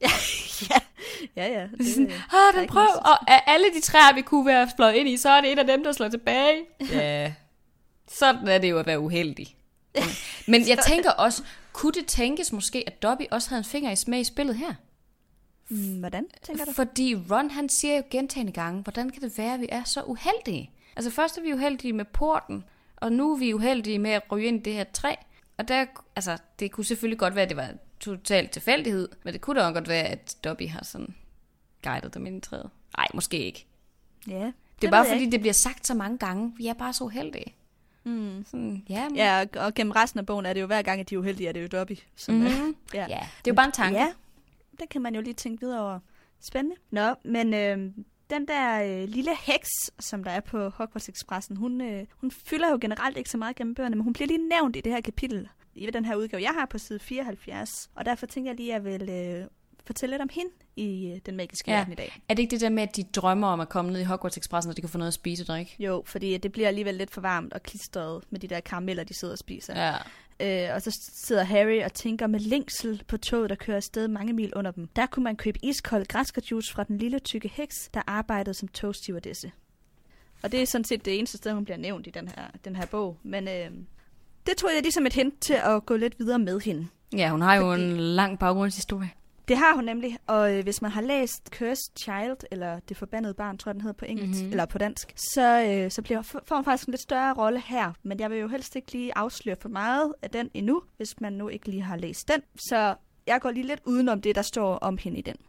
Ja. Den prøv, og af alle de træer, vi kunne være fløjet ind i, så er det en af dem, der slår tilbage. Ja, sådan er det jo at være uheldig. Men jeg tænker også, kunne det tænkes måske, at Dobby også havde en finger med i spillet her? Hvordan tænker du? Fordi Ron, han siger jo gentagne gange, hvordan kan det være, at vi er så uheldige? Altså først er vi uheldige med porten, og nu er vi uheldige med at ryge ind i det her træ. Og der, altså, det kunne selvfølgelig godt være, at det var totalt tilfældighed, men det kunne da også godt være, at Dobby har sådan guidet dem ind i træet. Nej, måske ikke. Ja, det er bare fordi, det bliver sagt så mange gange. Vi er bare så uheldige. Sådan, ja, og gennem resten af bogen er det jo hver gang, at de er uheldige, er det jo Dobby. Som ja, det er jo bare en tanke. Ja, det kan man jo lige tænke videre over. Spændende. Nå, men den der lille heks, som der er på Hogwarts Expressen, hun fylder jo generelt ikke så meget gennem bøgerne, men hun bliver lige nævnt i det her kapitel, i den her udgave, jeg har på side 74. Og derfor tænker jeg lige, at jeg vil fortælle lidt om hende i den magiske verden i dag. Er det ikke det der med, at de drømmer om at komme ned i Hogwarts Expressen, og de kan få noget at spise og drikke? Jo, fordi det bliver alligevel lidt for varmt og klistret med de der karameller, de sidder og spiser. Ja. Og så sidder Harry og tænker med længsel på toget, der kører afsted mange mil under dem. Der kunne man købe iskold græskarjuice fra den lille tykke heks, der arbejdede som togstewardesse. Og det er sådan set det eneste sted, hun bliver nævnt i den her bog. Men det tror jeg ligesom et hint til at gå lidt videre med hende. Ja, hun har jo en lang baggrundshistorie. Det har hun nemlig, og hvis man har læst Cursed Child, eller Det forbandede barn, tror jeg den hedder på engelsk, eller på dansk, så får hun faktisk en lidt større rolle her. Men jeg vil jo helst ikke lige afsløre for meget af den endnu, hvis man nu ikke lige har læst den. Så jeg går lige lidt udenom det, der står om hende i den.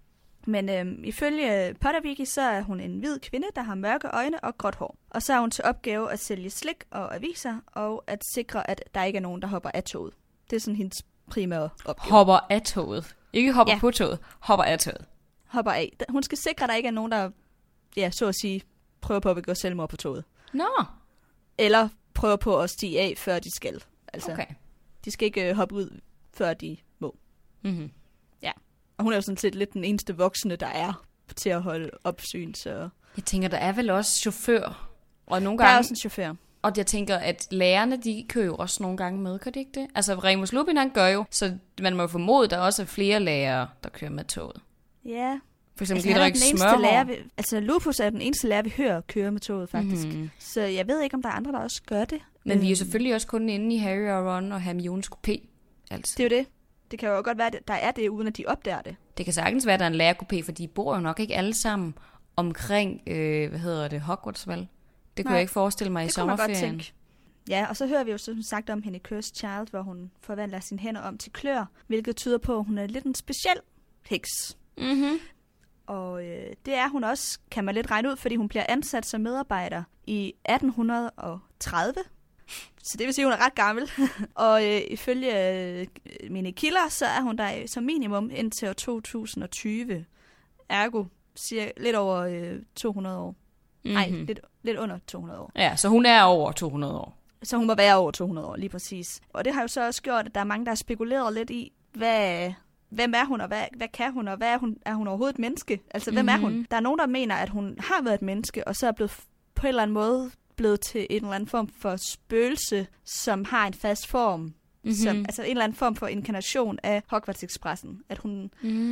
Men ifølge Potterwiki, så er hun en hvid kvinde, der har mørke øjne og gråt hår. Og så har hun til opgave at sælge slik og aviser, og at sikre, at der ikke er nogen, der hopper af toget. Det er sådan hendes primære opgave. Hopper af toget? Ikke hopper på toget, hopper af toget. Hopper af. Hun skal sikre, at der ikke er nogen, der, så at sige, prøver på at begå selvmord på toget. Nå. Eller prøver på at stige af, før de skal. Altså, okay. De skal ikke hoppe ud, før de må. Mm-hmm. Ja. Og hun er jo sådan set lidt den eneste voksne, der er til at holde opsyn. Så. Jeg tænker, der er vel også chauffør. Og nogle gange... Der er også en chauffør. Og jeg tænker, at lærerne, de kører jo også nogle gange med, kan de ikke det? Altså, Remus Lupin, han gør jo, så man må jo formode, at der også er flere lærere, der kører med toget. Ja. For eksempel han er drikke den eneste smørhår. lærer, Lupus er den eneste lærer, vi hører køre med toget, faktisk. Mhm. Så jeg ved ikke, om der er andre, der også gør det. Men vi er jo selvfølgelig også kun inde i Harry og Ron og Hermiones kupé. Altså. Det er jo det. Det kan jo godt være, at der er det, uden at de opdager det. Det kan sagtens være, at der er en lærerkupé, for de bor jo nok ikke alle sammen omkring, Hogwarts, vel? Det kunne jeg ikke forestille mig i sommerferien. Det kunne man godt tænke. Ja, og så hører vi jo som sagt om hende i Cursed Child, hvor hun forvandler sine hænder om til klør, hvilket tyder på, at hun er lidt en speciel heks. Mhm. Og det er hun også, kan man lidt regne ud, fordi hun bliver ansat som medarbejder i 1830. Så det vil sige, at hun er ret gammel. Og ifølge mine kilder, så er hun der som minimum indtil år 2020. Ergo siger lidt over 200 år. Nej, lidt under 200 år. Ja, så hun er over 200 år. Så hun må være over 200 år, lige præcis. Og det har jo så også gjort, at der er mange, der har spekuleret lidt i, hvem er hun, og hvad kan hun, og er hun overhovedet et menneske? Altså, hvem er hun? Der er nogen, der mener, at hun har været et menneske, og så er blevet på en eller anden måde blevet til en eller anden form for spøgelse, som har en fast form. Som, altså en eller anden form for inkarnation af Hogwarts-ekspressen. At hun...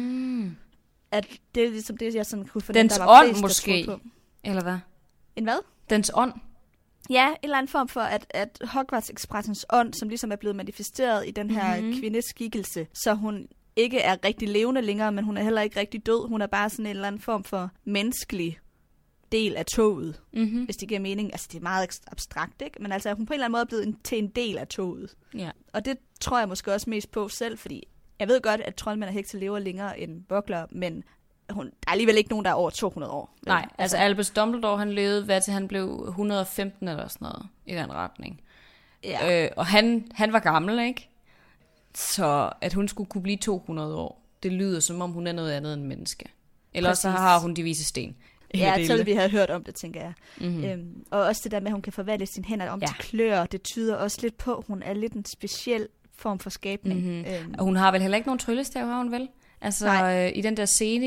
At det er ligesom det, jeg sådan kunne fornemme, Dens der var ånd flest, måske, på. eller hvad? En hvad? Dens ånd. Ja, en eller anden form for, at Hogwarts-ekspressens ånd, som ligesom er blevet manifesteret i den her kvindes skikkelse, så hun ikke er rigtig levende længere, men hun er heller ikke rigtig død. Hun er bare sådan en eller anden form for menneskelig del af toget, hvis det giver mening. Altså, det er meget abstrakt, ikke? Men altså, hun på en eller anden måde er blevet til en del af toget. Ja. Og det tror jeg måske også mest på selv, fordi jeg ved godt, at troldmænd og hekse lever længere end bugler, men der er alligevel ikke nogen, der er over 200 år. Nej, altså Albus Dumbledore, han levede, hvad til han blev 115 eller sådan noget, i den retning. Ja. Og han var gammel, ikke? Så at hun skulle kunne blive 200 år, det lyder som om hun er noget andet end menneske. Ellers så har hun de vise sten. Ja, så vi have hørt om det, tænker jeg. Og også det der med, at hun kan forvandle sine hænder om til klør, det tyder også lidt på, at hun er lidt en speciel form for skabning. Og hun har vel heller ikke nogen tryllestav, har hun vel? Altså i den der scene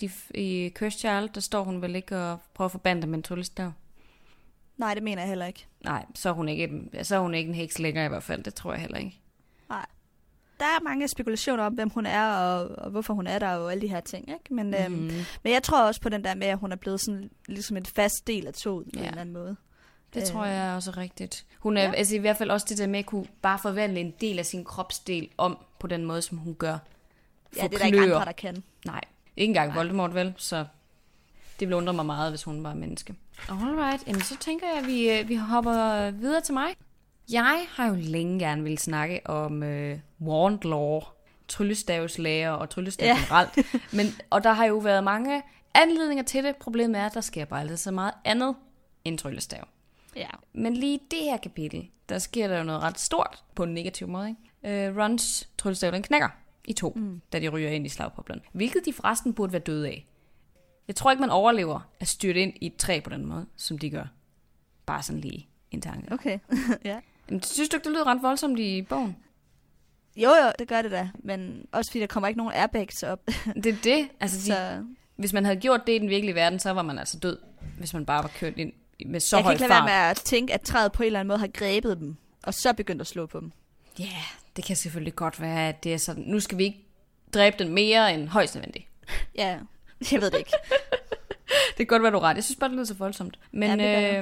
i Cursed Child, der står hun vel ikke og prøver at forbande med en tryllestav? Nej, det mener jeg heller ikke. Nej, så er hun ikke en heks længere i hvert fald, det tror jeg heller ikke. Nej. Der er mange spekulationer om, hvem hun er, og hvorfor hun er der, og alle de her ting, ikke? Men jeg tror også på den der med, at hun er blevet sådan, ligesom en fast del af toget på en eller anden måde. Det tror jeg også er rigtigt. Hun er altså i hvert fald også det der med at kunne bare forvandle en del af sin kropsdel om på den måde, som hun gør. Ja, det er der ikke andre, der kan. Nej, ikke engang Voldemort vel, så det ville undre mig meget, hvis hun var menneske. Alright, jamen så tænker jeg, at vi hopper videre til mig. Jeg har jo længe gerne ville snakke om Wandlore, tryllestavslærer og tryllestav generelt. Og der har jo været mange anledninger til det. Problemet er, at der sker bare altid så meget andet end tryllestav. Ja. Men lige i det her kapitel, der sker der jo noget ret stort på en negativ måde. Ikke? Rons tryllestav, den knækker i 2, da de ryger ind i slagpoplen. Hvilket de forresten burde være døde af. Jeg tror ikke, man overlever at styrte ind i et træ på den måde, som de gør. Bare sådan lige en tanke. Okay, ja. Men synes du ikke, det lyder ret voldsomt i bogen? Jo, det gør det da. Men også fordi der kommer ikke nogen airbags op. Det er det. Altså, hvis man havde gjort det i den virkelige verden, så var man altså død. Hvis man bare var kørt ind med så høj fart. Jeg kan ikke lade være med at tænke, at træet på en eller anden måde har grebet dem, og så begyndt at slå på dem. Ja, det kan selvfølgelig godt være, at det er sådan, nu skal vi ikke dræbe den mere end højst nødvendigt. Ja, jeg ved det ikke. Det kan godt være, du er ret. Jeg synes bare, det lyder så voldsomt. Men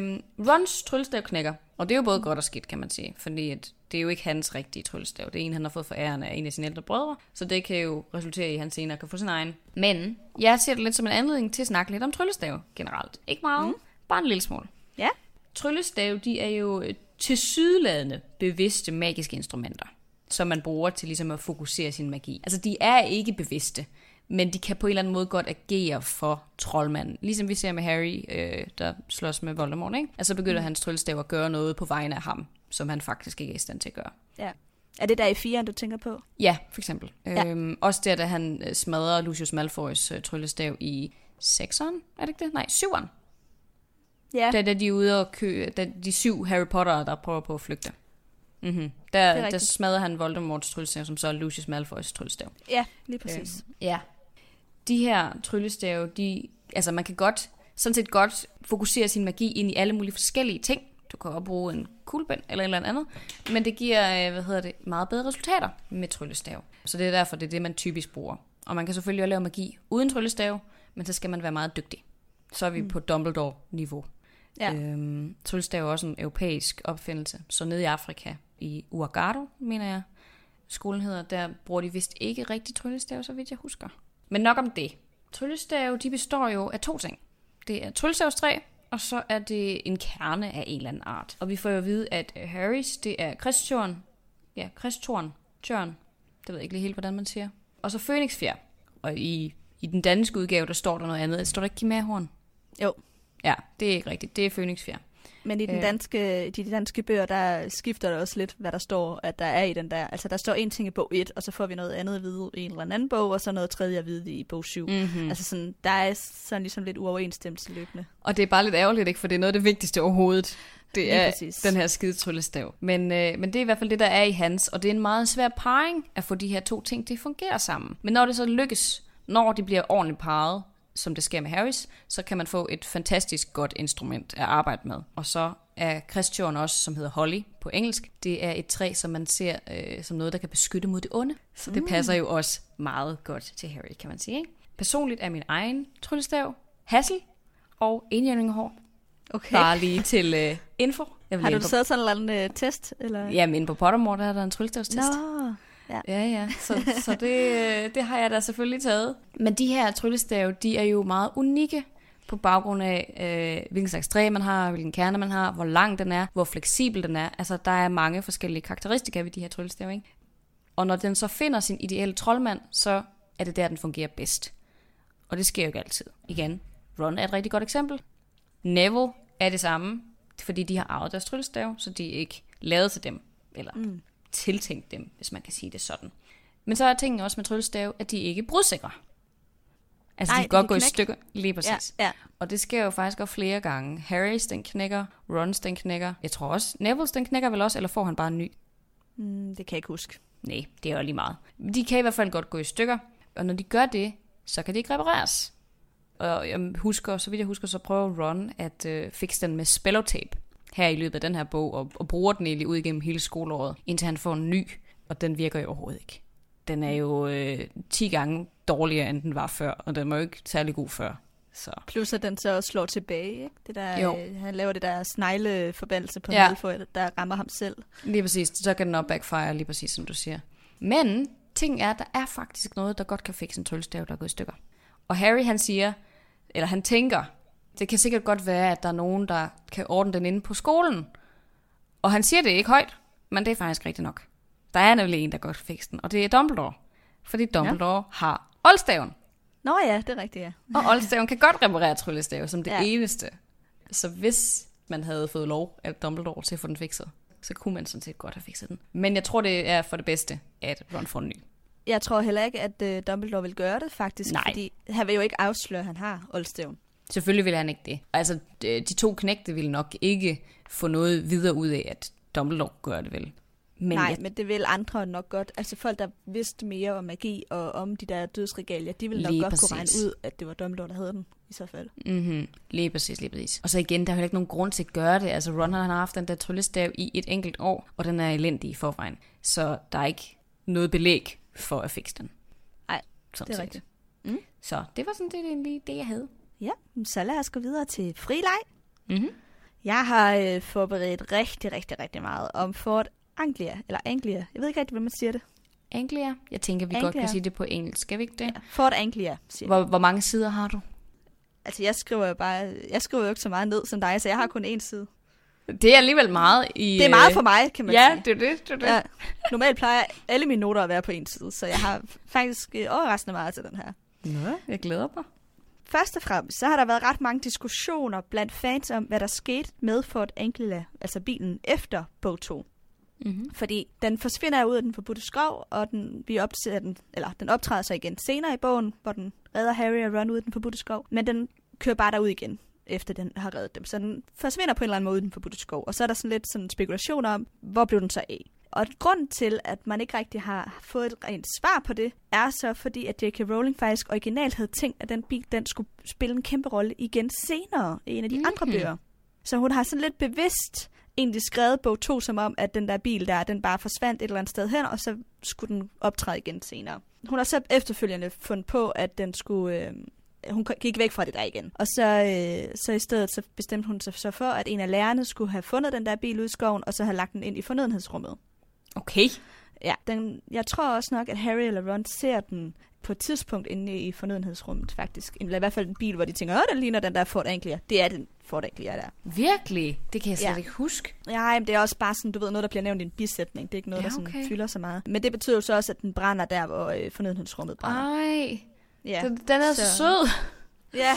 Rons tryllestav knækker, og det er jo både godt og skidt, kan man sige. Fordi at det er jo ikke hans rigtige tryllestav. Det er en, han har fået for æren af en af sine ældre brødre. Så det kan jo resultere i, at han senere kan få sin egen. Men jeg ser det lidt som en anledning til at snakke lidt om tryllestav generelt. Ikke meget, bare en lille smule. Ja. Tryllestav, de er jo tilsyneladende bevidste magiske instrumenter, som man bruger til ligesom at fokusere sin magi. Altså, de er ikke bevidste, men de kan på en eller anden måde godt agere for troldmanden. Ligesom vi ser med Harry, der slås med Voldemort, ikke? Altså begynder hans tryllestav at gøre noget på vegne af ham, som han faktisk ikke er i stand til at gøre. Ja. Er det der i 4'eren, du tænker på? Ja, for eksempel. Ja. Også der, da han smadrer Lucius Malfoys tryllestav i 6'eren, er det ikke det? Nej, 7'eren. Ja. Da de er ude og de 7 Harry Potter'ere, der prøver på at flygte. Der smadrer han Voldemorts tryllestav, som så er Lucius Malfoys tryllestav. Ja, lige præcis. Ja. De her tryllestave, altså man kan sådan set godt fokusere sin magi ind i alle mulige forskellige ting. Du kan også bruge en kuglepen eller et eller andet. Men det giver, meget bedre resultater med tryllestav. Så det er derfor, det er det, man typisk bruger. Og man kan selvfølgelig også lave magi uden tryllestav, men så skal man være meget dygtig. Så er vi på Dumbledore-niveau. Ja. Tryllestav er også en europæisk opfindelse. Så nede i Afrika, i Ouagadougou, mener jeg, skolen hedder, der bruger de vist ikke rigtig tryllestav, så vidt jeg husker. Men nok om det. Tryllestav, de består jo af 2 ting. Det er tryllestavstræ, og så er det en kerne af en eller anden art. Og vi får jo at vide, at Harrys, det er kristtorn. Ja, kristtorn. Tjørn. Det ved jeg ikke lige helt, hvordan man siger. Og så Fønixfjer. Og i den danske udgave, der står der noget andet. Står der ikke Kimahorn? Jo. Ja, det er ikke rigtigt. Det er Fønixfjer. Men i de danske bøger, der skifter der også lidt, hvad der står, at der er i den der. Altså, der står en ting i bog 1, og så får vi noget andet at vide i en eller anden bog, og så noget tredje at vide i bog 7. Mm-hmm. Altså, sådan, der er sådan ligesom lidt uoverensstemmelse løbende. Og det er bare lidt ærgerligt, ikke? For det er noget af det vigtigste overhovedet. Det er den her skide tryllestav. Men det er i hvert fald det, der er i hans, og det er en meget svær parring at få de her 2 ting til at fungere sammen. Men når det så lykkes, når de bliver ordentligt parret, som det sker med Harrys, så kan man få et fantastisk godt instrument at arbejde med. Og så er kristtorn også, som hedder holly på engelsk, det er et træ, som man ser som noget, der kan beskytte mod det onde. Så det passer jo også meget godt til Harry, kan man sige. Ikke? Personligt er min egen tryllestav hassel og enhjørningehår. Okay. Bare lige til info. Har du taget sådan en eller anden test? Eller? Jamen, inde på Pottermore, der er der en tryllestavstest. Nå. Ja. Så det har jeg da selvfølgelig taget. Men de her tryllestave, de er jo meget unikke på baggrund af, hvilken slags træ man har, hvilken kerne man har, hvor lang den er, hvor fleksibel den er. Altså, der er mange forskellige karakteristika ved de her tryllestave, ikke? Og når den så finder sin ideelle troldmand, så er det der, den fungerer bedst. Og det sker jo ikke altid. Igen, Ron er et rigtig godt eksempel. Neville er det samme, fordi de har arvet deres tryllestave, så de er ikke lavet til dem, eller tiltænkt dem, hvis man kan sige det sådan. Men så er tingen også med tryllestave, at de ikke er brudsikre. Altså, de kan godt gå i stykker. Lige præcis. Ja. Og det sker jo faktisk også flere gange. Harrys, den knækker. Rons, den knækker. Jeg tror også, Neville's, den knækker vel også, eller får han bare en ny? Det kan jeg ikke huske. Nej, det er jo lige meget. De kan i hvert fald godt gå i stykker. Og når de gør det, så kan de ikke repareres. Og så vidt jeg husker, så prøver Ron at fikse den med spellotape her i løbet af den her bog, og bruger den egentlig ud igennem hele skoleåret, indtil han får en ny, og den virker jo overhovedet ikke. Den er jo 10 gange dårligere, end den var før, og den var jo ikke særlig god før. Så. Plus at den så også slår tilbage, ikke? Det der, han laver det der snegleforbandelse på Malfoy, der rammer ham selv. Lige præcis, så kan den op backfire, lige præcis som du siger. Men ting er, at der er faktisk noget, der godt kan fikse en tryllestav, der er gået i stykker. Og Harry, han tænker, det kan sikkert godt være, at der er nogen, der kan ordne den inde på skolen. Og han siger det ikke højt, men det er faktisk rigtigt nok. Der er nemlig en, der godt kan fikse den, og det er Dumbledore. Fordi Dumbledore har oldstaven. Nå ja, det er rigtigt, ja. Og oldstaven kan godt reparere tryllestav som det eneste. Så hvis man havde fået lov af Dumbledore til at få den fikset, så kunne man sådan set godt have fikset den. Men jeg tror, det er for det bedste, at Ron får en ny. Jeg tror heller ikke, at Dumbledore vil gøre det, faktisk. Nej. Fordi han vil jo ikke afsløre, at han har oldstaven. Selvfølgelig vil han ikke det. Altså, de 2 knægte vil nok ikke få noget videre ud af, at Dumbledore gør det vel. Men det vil andre nok godt. Altså folk, der vidste mere om magi og om de der dødsregalier, de ville nok godt kunne regne ud, at det var Dumbledore, der havde den i så fald. Mm-hmm. Lige præcis. Og så igen, der er jo ikke nogen grund til at gøre det. Altså Ron har haft den der tryllestav i et enkelt år, og den er elendig i forvejen. Så der er ikke noget belæg for at fikse den. Nej, det er rigtigt. Så det var sådan det, jeg havde. Ja, så lad os gå videre til frileg. Mm-hmm. Jeg har forberedt rigtig meget om Fort Anglia, eller Anglia. Jeg ved ikke rigtig, hvordan man siger det. Anglia? Jeg tænker, vi godt kan sige det på engelsk. Skal vi ikke det? Ja, Fort Anglia, siger hvor mange sider har du? Altså, jeg skriver jo ikke så meget ned som dig, så jeg har kun 1 side. Det er alligevel meget i... Det er meget for mig, kan man sige. Ja, det er det. Ja, normalt plejer alle mine noter at være på 1 side, så jeg har faktisk overraskende meget til den her. Nå, jeg glæder mig. Først og fremmest, så har der været ret mange diskussioner blandt fans om, hvad der skete med Fort Anglia, altså bilen, efter bog 2. Mm-hmm. Fordi den forsvinder ud af den forbudte skov, og den optræder sig igen senere i bogen, hvor den redder Harry og Ron ud af den forbudte skov. Men den kører bare derud igen, efter den har reddet dem. Så den forsvinder på en eller anden måde ud af den forbudte skov. Og så er der sådan lidt sådan spekulationer om, hvor blev den så af? Og grunden til, at man ikke rigtig har fået et rent svar på det, er så fordi, at J.K. Rowling faktisk originalt havde tænkt, at den bil den skulle spille en kæmpe rolle igen senere i en af de andre bøger. Så hun har sådan lidt bevidst egentlig skrevet bog 2 som om, at den der bil der, den bare forsvandt et eller andet sted hen, og så skulle den optræde igen senere. Hun har så efterfølgende fundet på, at den skulle hun gik væk fra det der igen. Og så i stedet så bestemte hun sig så for, at en af lærerne skulle have fundet den der bil ud i skoven, og så have lagt den ind i fornødenhedsrummet. Okay. Ja, jeg tror også nok, at Harry eller Ron ser den på et tidspunkt inde i fornødenhedsrummet, faktisk. Eller i hvert fald en bil, hvor de tænker, den ligner den der Ford Anglia. Det er den Ford Anglia der. Virkelig? Det kan jeg slet ikke huske. Ja, men det er også bare sådan, du ved, noget, der bliver nævnt i en bisætning. Det er ikke noget, der sådan fylder så meget. Men det betyder jo så også, at den brænder der, hvor fornødenhedsrummet brænder. Ej, ja. Den er så sød. Ja.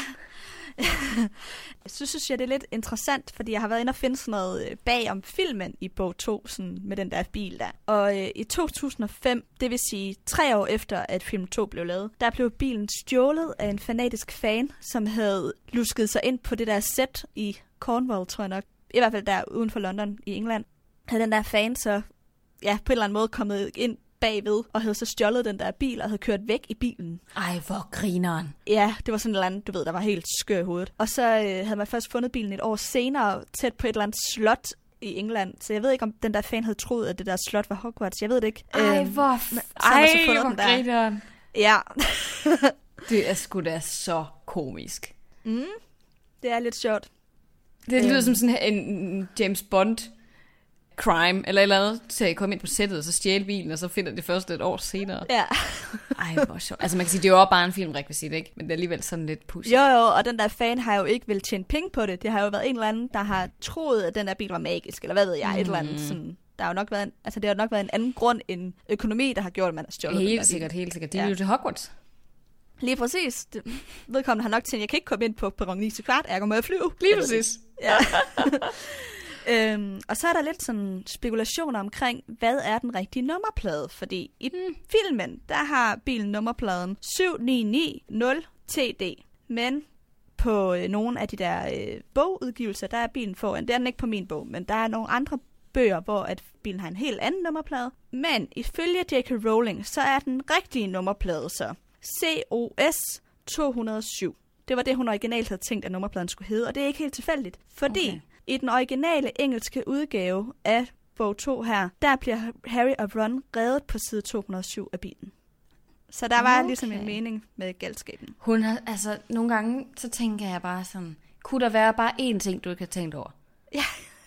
Så synes jeg, det er lidt interessant, fordi jeg har været inde og finde sådan noget bag om filmen i bog 2, sådan med den der bil der. Og i 2005, det vil sige 3 år efter, at film 2 blev lavet, der blev bilen stjålet af en fanatisk fan, som havde lusket sig ind på det der set i Cornwall, tror jeg nok. I hvert fald der uden for London i England. Havde den der fan så på en eller anden måde kommet ind bagved, og havde så stjålet den der bil, og havde kørt væk i bilen. Ej, hvor grineren. Ja, det var sådan et eller andet, du ved, der var helt skør i hovedet. Og så havde man først fundet bilen et år senere, tæt på et eller andet slot i England. Så jeg ved ikke, om den der fan havde troet, at det der slot var Hogwarts. Jeg ved det ikke. Ej, hvor grineren. Ja. Det er sgu da så komisk. Det er lidt sjovt. Det lyder som sådan en James Bond crime, eller et eller andet, til at komme ind på sættet, og så stjæle bilen, og så finder det først et år senere. Ja. Ej, hvor sjovt. Altså man kan sige, det er jo også bare en filmrekvisit, ikke? Men det er alligevel sådan lidt pudsigt. Jo, og den der fan har jo ikke vel tjent penge på det. Det har jo været en eller anden, der har troet, at den der bil var magisk, eller hvad ved jeg, et eller andet sådan. Der har jo nok været det har nok været en anden grund end økonomi, der har gjort, at man har stjålet den der bil. Helt sikkert. De er jo til Hogwarts. Lige præcis. Vedkommende har nok tænkt, jeg kan ikke komme ind på perron 9 til kvart, jeg må flyve. Lige præcis. Ja. Og så er der lidt sådan spekulationer omkring, hvad er den rigtige nummerplade? Fordi i filmen, der har bilen nummerpladen 7990TD. Men på nogle af de der bogudgivelser, der er bilen foran. Det er den ikke på min bog, men der er nogle andre bøger, hvor at bilen har en helt anden nummerplade. Men ifølge J.K. Rowling, så er den rigtige nummerplade så COS 207. Det var det, hun originalt havde tænkt, at nummerpladen skulle hedde, og det er ikke helt tilfældigt. Fordi i den originale engelske udgave af bog 2 her, der bliver Harry og Ron reddet på side 207 af bilen. Så der var ligesom en mening med galskaben. Hun har, altså, nogle gange, så tænker jeg bare sådan, kunne der være bare én ting, du ikke har tænkt over? Ja.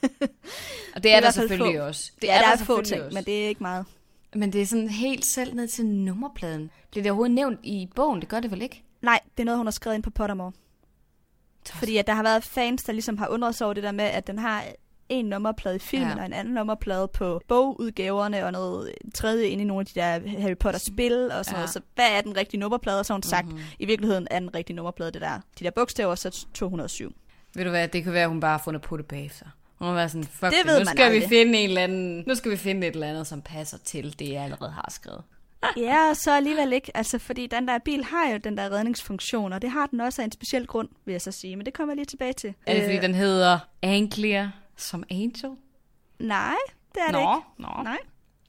Og det er der selvfølgelig også. Det er der få ting, også. Men det er ikke meget. Men det er sådan helt selv ned til nummerpladen. Bliver det overhovedet nævnt i bogen? Det gør det vel ikke? Nej, det er noget, hun har skrevet ind på Pottermore. Fordi at der har været fans, der ligesom har undret sig over det der med, at den har en nummerplade i filmen, og en anden nummerplade på bogudgaverne, og noget tredje inde i nogle af de der Harry Potter-spil, og sådan noget. Så hvad er den rigtige nummerplade? Og så har hun sagt, i virkeligheden er den rigtige nummerplade de der bogstaver, så 207. Ved du hvad, det kan være, at hun bare har fundet på det bagefter. Hun har været sådan, fuck det, nu skal vi finde en eller anden, nu skal vi finde et eller andet, som passer til det, jeg allerede har skrevet. Ja, så alligevel ikke, altså fordi den der bil har jo den der redningsfunktion, og det har den også af en speciel grund, vil jeg så sige, men det kommer jeg lige tilbage til. Er det fordi den hedder Anglia som Angel? Nej, det er det ikke. Nå. Nej.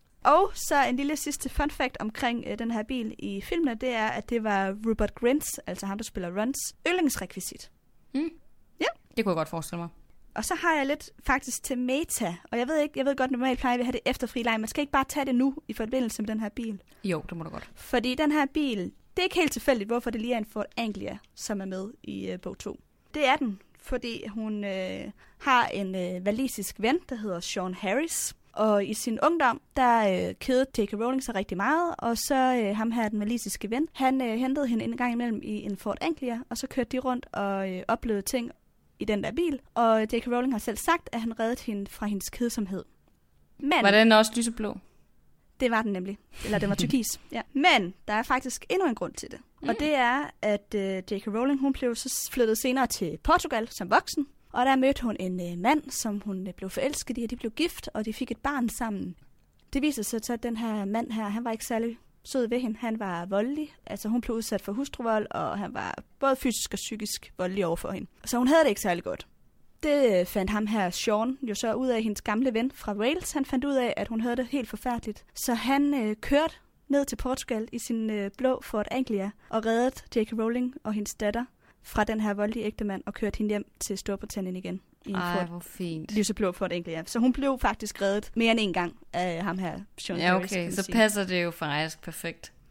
Og så en lille sidste fun fact omkring den her bil i filmen, det er, at det var Rupert Grint, altså ham, der spiller Rons, yndlingsrekvisit. Ja. Det kunne jeg godt forestille mig. Og så har jeg lidt faktisk til meta, og jeg ved godt, normalt plejer vi at have det efter frileg. Man skal ikke bare tage det nu i forbindelse med den her bil. Jo, det må du godt. Fordi den her bil, det er ikke helt tilfældigt, hvorfor det lige er en Ford Anglia, som er med i bog 2. Det er den, fordi hun har en walisisk ven, der hedder Sean Harris. Og i sin ungdom, der kedede J.K. Rowling sig rigtig meget, og så ham her, den walisiske ven, han hentede hende en gang imellem i en Ford Anglia, og så kørte de rundt og oplevede ting i den der bil, og J.K. Rowling har selv sagt, at han reddede hende fra hendes kedsomhed. Men var den også lyseblå? Det var den nemlig. Eller den var turkis. Ja. Men der er faktisk endnu en grund til det. Og det er, at J.K. Rowling, hun blev så flyttet senere til Portugal som voksen, og der mødte hun en mand, som hun blev forelsket i, og de blev gift, og de fik et barn sammen. Det viser sig så, at den her mand her, han var ikke særlig sød ved hende. Han var voldelig. Altså hun blev udsat for hustruvold, og han var både fysisk og psykisk voldelig overfor hende. Så hun havde det ikke særlig godt. Det fandt ham her, Sean, jo så ud af hendes gamle ven fra Wales. Han fandt ud af, at hun havde det helt forfærdeligt. Så han kørte ned til Portugal i sin blå Ford Anglia og reddede J.K. Rowling og hendes datter fra den her voldelige ægtemand og kørte hende hjem til Storbritannien igen. Ej, hvor fint. Lyseblå Ford Anglia. Så hun blev faktisk reddet mere end en gang af ham her, Sean Harris. Ja, okay, så passer det jo faktisk perfekt. Ja,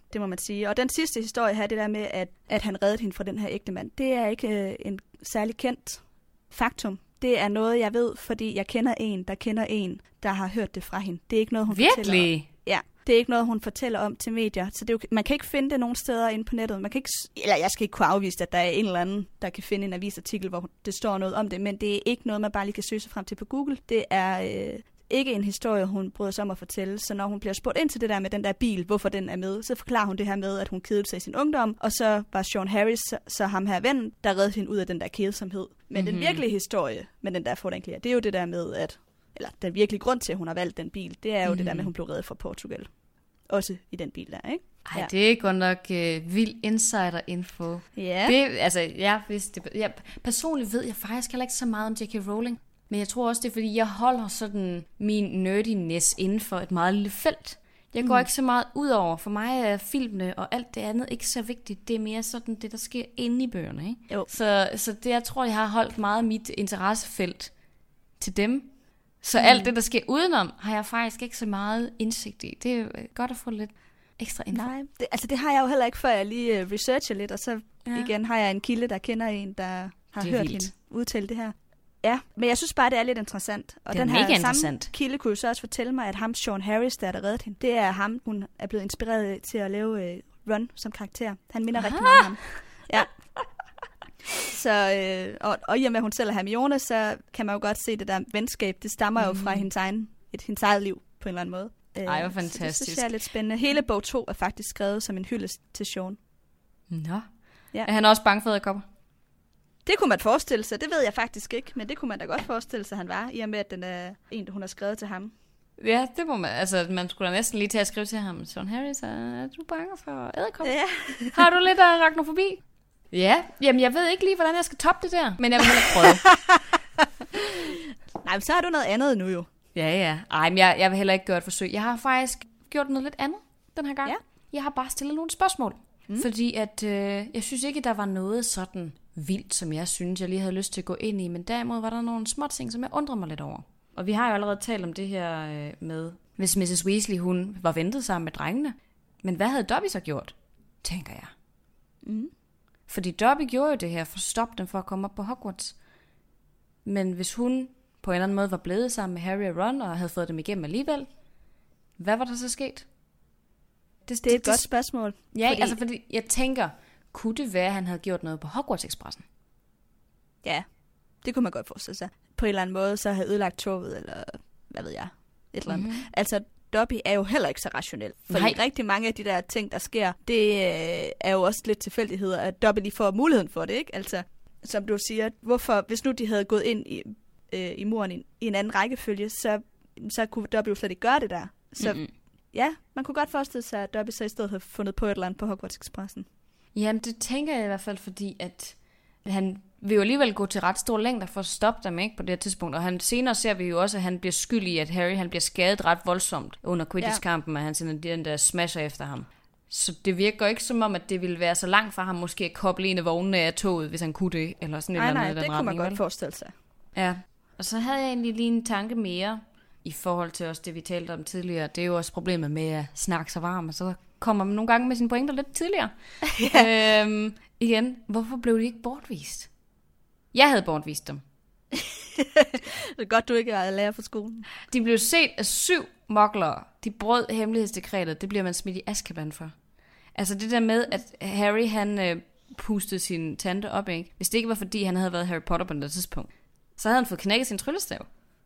Det må man sige. Og den sidste historie her, det der med, at han reddede hende fra den her ægte mand, det er ikke en særlig kendt faktum. Det er noget, jeg ved, fordi jeg kender en, der har hørt det fra hende. Det er ikke noget, hun fortæller om. Ja, det er ikke noget, hun fortæller om til medier. Så det er jo, man kan ikke finde det nogen steder inde på nettet. Man kan ikke, eller jeg skal ikke kunne afvise, at der er en eller anden, der kan finde en avisartikel, hvor det står noget om det. Men det er ikke noget, man bare lige kan søge sig frem til på Google. Det er ikke en historie, hun bryder sig om at fortælle. Så når hun bliver spurgt ind til det der med den der bil, hvorfor den er med, så forklarer hun det her med, at hun kedede sig i sin ungdom. Og så var Sean Harris, så ham her ven, der reddede hende ud af den der kedsomhed. Men den virkelige historie med den der forenklæder, det er jo det der med, at eller den virkelige grund til, at hun har valgt den bil, det er jo det der med, at hun blev reddet fra Portugal. Også i den bil der, ikke? Ej, det er godt nok vild insider-info. Ja. Det, altså, personligt ved jeg faktisk heller ikke så meget om J.K. Rowling. Men jeg tror også, det er, fordi jeg holder sådan min nerdiness inden for et meget lille felt. Jeg går ikke så meget ud over. For mig er filmene og alt det andet ikke så vigtigt. Det er mere sådan det, der sker inde i bøgerne, ikke? Jo. Så det, jeg tror, jeg har holdt meget af mit interessefelt til dem. Så alt det, der sker udenom, har jeg faktisk ikke så meget indsigt i. Det er godt at få lidt ekstra info. Nej, det har jeg jo heller ikke, før jeg lige researcher lidt, og så igen har jeg en kilde, der kender en, der har hørt hende udtale det her. Ja, men jeg synes bare, det er lidt interessant. Og den her samme kilde kunne jo så også fortælle mig, at ham, Sean Harris, der reddede hende, det er ham, hun er blevet inspireret til at lave Ron som karakter. Han minder rigtig meget om ham. Ja. Så, og i og med, at hun selv er Hermione, så kan man jo godt se, det der venskab, det stammer jo fra hendes eget liv på en eller anden måde. Ej, hvor fantastisk. Så det synes jeg er lidt spændende. Hele bog 2 er faktisk skrevet som en hyldest til Sean. Nå. Ja. Er han også bange for edderkopper? Det kunne man forestille sig. Det ved jeg faktisk ikke, men det kunne man da godt forestille sig, han var, i og med, at den er en, hun har skrevet til ham. Ja, det må man. Altså, man skulle da næsten lige til at skrive til ham. Sean Harris, er du bange for edderkopper? Ja. Har du lidt af arachnofobi? Ja, jamen jeg ved ikke lige, hvordan jeg skal toppe det der, men jeg vil heller prøve. Nej, men så har du noget andet nu jo. Ja. Ej, men jeg vil heller ikke gøre et forsøg. Jeg har faktisk gjort noget lidt andet den her gang. Ja. Jeg har bare stillet nogle spørgsmål. Fordi at jeg synes ikke, der var noget sådan vildt, som jeg synes, jeg lige havde lyst til at gå ind i. Men derimod var der nogle små ting, som jeg undrede mig lidt over. Og vi har jo allerede talt om det her med, hvis Mrs. Weasley, hun var ventet sammen med drengene. Men hvad havde Dobby så gjort, tænker jeg. Fordi Dobby gjorde jo det her for at stoppe dem for at komme op på Hogwarts. Men hvis hun på en eller anden måde var blevet sammen med Harry og Ron og havde fået dem igennem alligevel, hvad var der så sket? Det er et godt spørgsmål. Ja, fordi jeg tænker, kunne det være, at han havde gjort noget på Hogwarts-Expressen? Ja, det kunne man godt forestille sig. På en eller anden måde, så havde ødelagt toget, eller hvad ved jeg, et eller andet. Altså, Dobby er jo heller ikke så rationel. Fordi rigtig mange af de der ting, der sker, det er jo også lidt tilfældigheder, at Dobby lige får muligheden for det, ikke? Altså, som du siger, hvorfor, hvis nu de havde gået ind i muren i en anden rækkefølge, så kunne Dobby jo slet ikke gøre det der. Så ja, man kunne godt forestille sig, at Dobby så i stedet havde fundet på et eller andet på Hogwarts-Expressen. Jamen, det tænker jeg i hvert fald, fordi at han vil jo alligevel gå til ret store længder for at stoppe dem, ikke, på det her tidspunkt. Og senere ser vi jo også, at han bliver skyld i, at Harry han bliver skadet ret voldsomt under Quidditch-kampen, og han sender den der smasher efter ham. Så det virker ikke som om, at det ville være så langt fra ham måske at koble en af vognene af toget, hvis han kunne det, eller sådan et eller andet. Nej, det kunne man godt forestille sig. Ja, og så havde jeg egentlig lige en tanke mere i forhold til også det, vi talte om tidligere. Det er jo også problemet med at snakke sig varm, og så kommer man nogle gange med sine pointer lidt tidligere. Igen, hvorfor blev de ikke bortvist? Jeg havde bortvist dem. Det er godt, du ikke er lærer på skolen. De blev set af 7 muglere. De brød hemmelighedsdekretet. Det bliver man smidt i Azkaban for. Altså det der med, at Harry han pustede sin tante op, ikke? Hvis det ikke var fordi, han havde været Harry Potter på det tidspunkt, så havde han fået knækket sin tryllestav.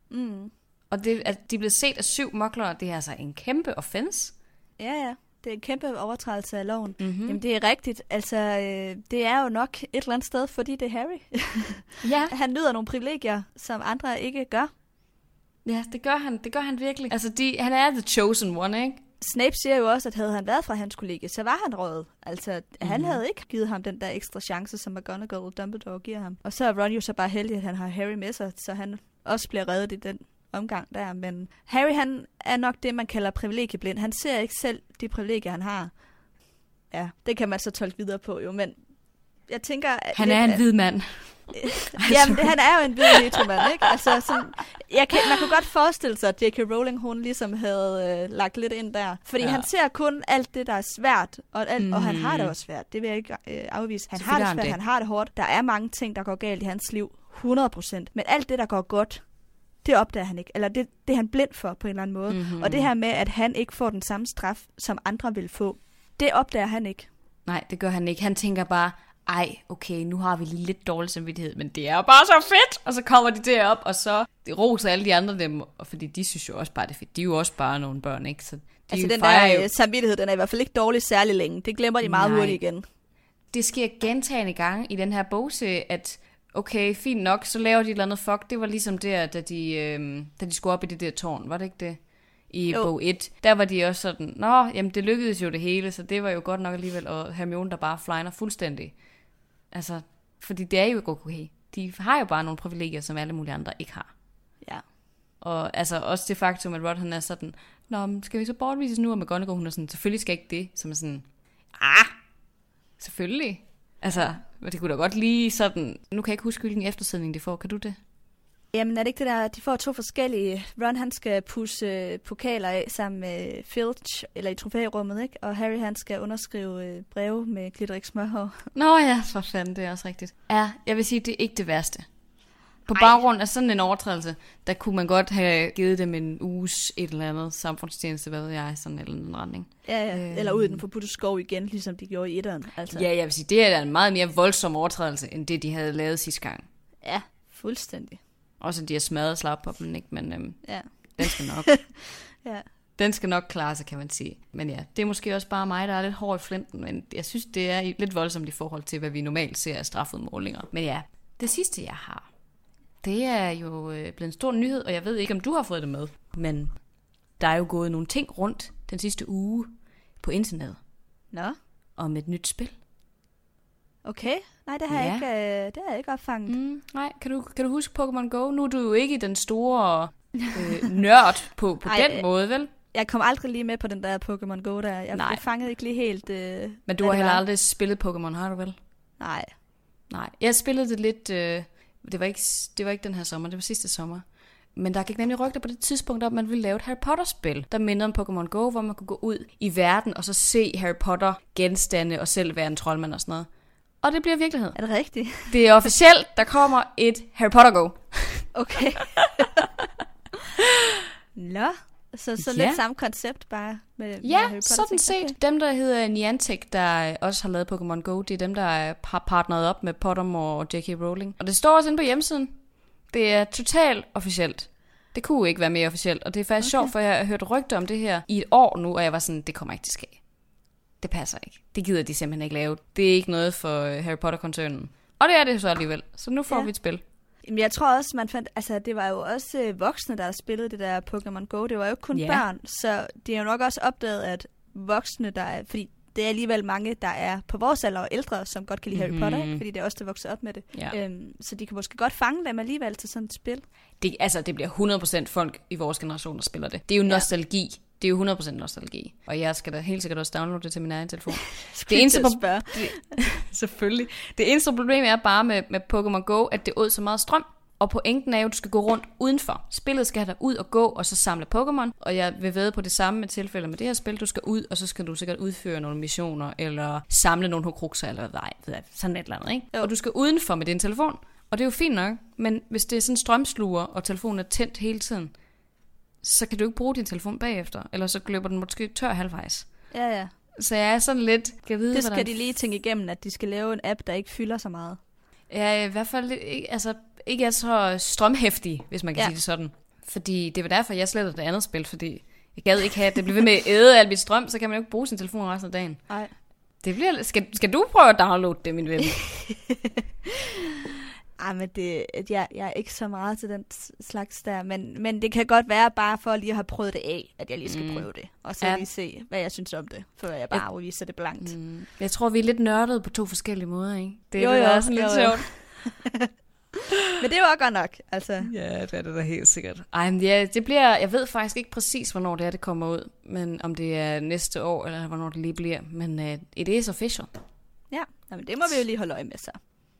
Og det, at de blev set af 7 muglere, det er altså en kæmpe offense. Ja. Det er en kæmpe overtrædelse af loven. Jamen, det er rigtigt. Altså, det er jo nok et eller andet sted, fordi det er Harry. Ja. Han nyder nogle privilegier, som andre ikke gør. Ja, det gør han. Det gør han virkelig. Altså, han er the chosen one, ikke? Snape siger jo også, at havde han været fra hans kollega, så var han røget. Altså, han havde ikke givet ham den der ekstra chance, som McGonagall og Dumbledore giver ham. Og så er Ron jo så bare heldig, at han har Harry med sig, så han også bliver reddet i den omgang der, men Harry han er nok det, man kalder privilegieblind. Han ser ikke selv de privilegier, han har. Ja, det kan man så tolke videre på jo, men jeg tænker... Han er en hvid mand. Jamen, han er jo en hvid heteromand, ikke? Altså, sådan, man kunne godt forestille sig, at J.K. Rowling, hun ligesom havde lagt lidt ind der. Fordi han ser kun alt det, der er svært, og han har det også svært. Det vil jeg ikke afvise. Han har det svært, han har det hårdt. Der er mange ting, der går galt i hans liv. 100%. Men alt det, der går godt, det opdager han ikke. Eller det er han blind for på en eller anden måde. Mm-hmm. Og det her med, at han ikke får den samme straf, som andre vil få, det opdager han ikke. Nej, det gør han ikke. Han tænker bare, ej, okay, nu har vi lige lidt dårlig samvittighed, men det er jo bare så fedt! Og så kommer de derop, og så roser alle de andre dem, og fordi de synes jo også bare, det er fedt. De er jo også bare nogle børn, ikke? Så altså den der samvittighed, den er i hvert fald ikke dårlig særlig længe. Det glemmer de meget hurtigt igen. Det sker gentagende gange i den her bogserie, at okay, fint nok, så laver de et eller andet fuck. Det var ligesom der, da de skulle op i det der tårn, var det ikke det? I bog 1. Der var de også sådan, nå, jamen det lykkedes jo det hele, så det var jo godt nok alligevel, og Hermione, der bare flyner fuldstændig. Altså, fordi det er jo okay. De har jo bare nogle privilegier, som alle mulige andre ikke har. Ja. Og altså også det faktum, at Ron han er sådan, nå, skal vi så bortvises nu? Og McGonagall, hun er sådan, selvfølgelig skal ikke det. Som er sådan, selvfølgelig. Altså, det kunne da godt lige sådan, nu kan jeg ikke huske, hvilken eftersidning de får. Kan du det? Jamen er det ikke det der, de får 2 forskellige. Ron han skal pusse pokaler af sammen med Filch, eller i trofærummet, ikke? Og Harry han skal underskrive breve med glitterik smørhår. Nå ja, for fanden, det er også rigtigt. Ja, jeg vil sige, det er ikke det værste. På baggrund af sådan en overtrædelse, der kunne man godt have givet dem en uges et eller andet samfundstjeneste, hvad ved jeg, sådan en eller anden retning. Ja, eller ud i den forbudte skov igen, ligesom de gjorde i etteren. Altså. Ja, jeg vil sige, det er en meget mere voldsom overtrædelse, end det de havde lavet sidste gang. Ja, fuldstændig. Også de har smadret slag på dem, ikke? Men den skal nok. Ja. Den skal nok klare sig, kan man sige. Men ja, det er måske også bare mig, der er lidt hård i flinten, men jeg synes, det er lidt voldsomt i forhold til, hvad vi normalt ser af strafudmålinger. Men ja, det sidste, jeg har, det er jo blevet en stor nyhed, og jeg ved ikke, om du har fået det med. Men der er jo gået nogle ting rundt den sidste uge på internettet. Nå? Om et nyt spil. Okay. Nej, det har jeg ikke opfanget. Nej, kan du huske Pokémon Go? Nu er du jo ikke den store nørd på den måde, vel? Jeg kom aldrig lige med på den der Pokémon Go der. Jeg fangede ikke lige helt... Men du har heller aldrig spillet Pokémon, har du vel? Nej. Jeg spillede det lidt... Det var ikke den her sommer, det var sidste sommer. Men der gik nemlig rygter på det tidspunkt, at man ville lave et Harry Potter-spil, der mindede om Pokémon Go, hvor man kunne gå ud i verden og så se Harry Potter genstande og selv være en troldmand og sådan noget. Og det bliver virkelighed. Er det rigtigt? Det er officielt, der kommer et Harry Potter Go. Okay. Nå, så lidt samme koncept bare med Harry Potter. Sådan set. Okay. Dem, der hedder Niantic, der også har lavet Pokémon Go, det er dem, der har partneret op med Pottermore og J.K. Rowling. Og det står også inde på hjemmesiden. Det er totalt officielt. Det kunne ikke være mere officielt. Og det er faktisk sjovt, for jeg har hørt rygter om det her i et år nu, og jeg var sådan, det kommer ikke til at ske. Det passer ikke. Det gider de simpelthen ikke lave. Det er ikke noget for Harry Potter-koncernen. Og det er det så alligevel. Så nu får vi et spil. Jamen, jeg tror også, man fandt... Altså, det var jo også voksne, der spillede det der Pokémon Go. Det var jo kun børn. Så de har jo nok også opdaget, at voksne, der er... Fordi det er alligevel mange, der er på vores alder og ældre, som godt kan lide Harry Potter, ikke? Fordi det er også der vokser op med det. Ja. Så de kan måske godt fange dem alligevel til sådan et spil. Det bliver 100% folk i vores generation, der spiller det. Det er jo nostalgi. Det er jo 100% nostalgi. Og jeg skal da helt sikkert også downloade det til min egen telefon. Selvfølgelig. Det eneste problem er bare med Pokémon Go, at det ud så meget strøm. Og pointen er jo, at du skal gå rundt udenfor. Spillet skal have dig ud og gå, og så samle Pokémon. Og jeg vil vædde på det samme med tilfælde med det her spil. Du skal ud, og så skal du sikkert udføre nogle missioner, eller samle nogle Horcruxer, eller sådan et eller andet, ikke? Og du skal udenfor med din telefon. Og det er jo fint nok, men hvis det er sådan strømsluger, og telefonen er tændt hele tiden, så kan du ikke bruge din telefon bagefter, eller så løber den måske tør halvvejs. Ja. Så jeg er sådan lidt... Det skal de lige tænke igennem, at de skal lave en app, der ikke fylder så meget. Ja, i hvert fald ikke er så strømhæftig, hvis man kan sige det sådan. Fordi det var derfor, jeg slettede det andet spil, fordi jeg gad ikke have, at det blev ved med at æde alt mit strøm, så kan man jo ikke bruge sin telefon resten af dagen. Nej. Det bliver... Skal du prøve at downloade det, min ven? Men jeg er ikke så meget til den slags der, men det kan godt være bare for lige at have prøvet det af, at jeg lige skal prøve det, og så lige se, hvad jeg synes om det, før jeg bare afviser det blankt. Jeg tror, vi er lidt nørdede på 2 forskellige måder, ikke? Det er også lidt sjovt. Men det er jo også godt nok, altså. Ja, det er det da helt sikkert. Det bliver, jeg ved faktisk ikke præcis, hvornår det kommer ud, men om det er næste år, eller hvornår det lige bliver, men it is official. Ja, men det må vi jo lige holde øje med så.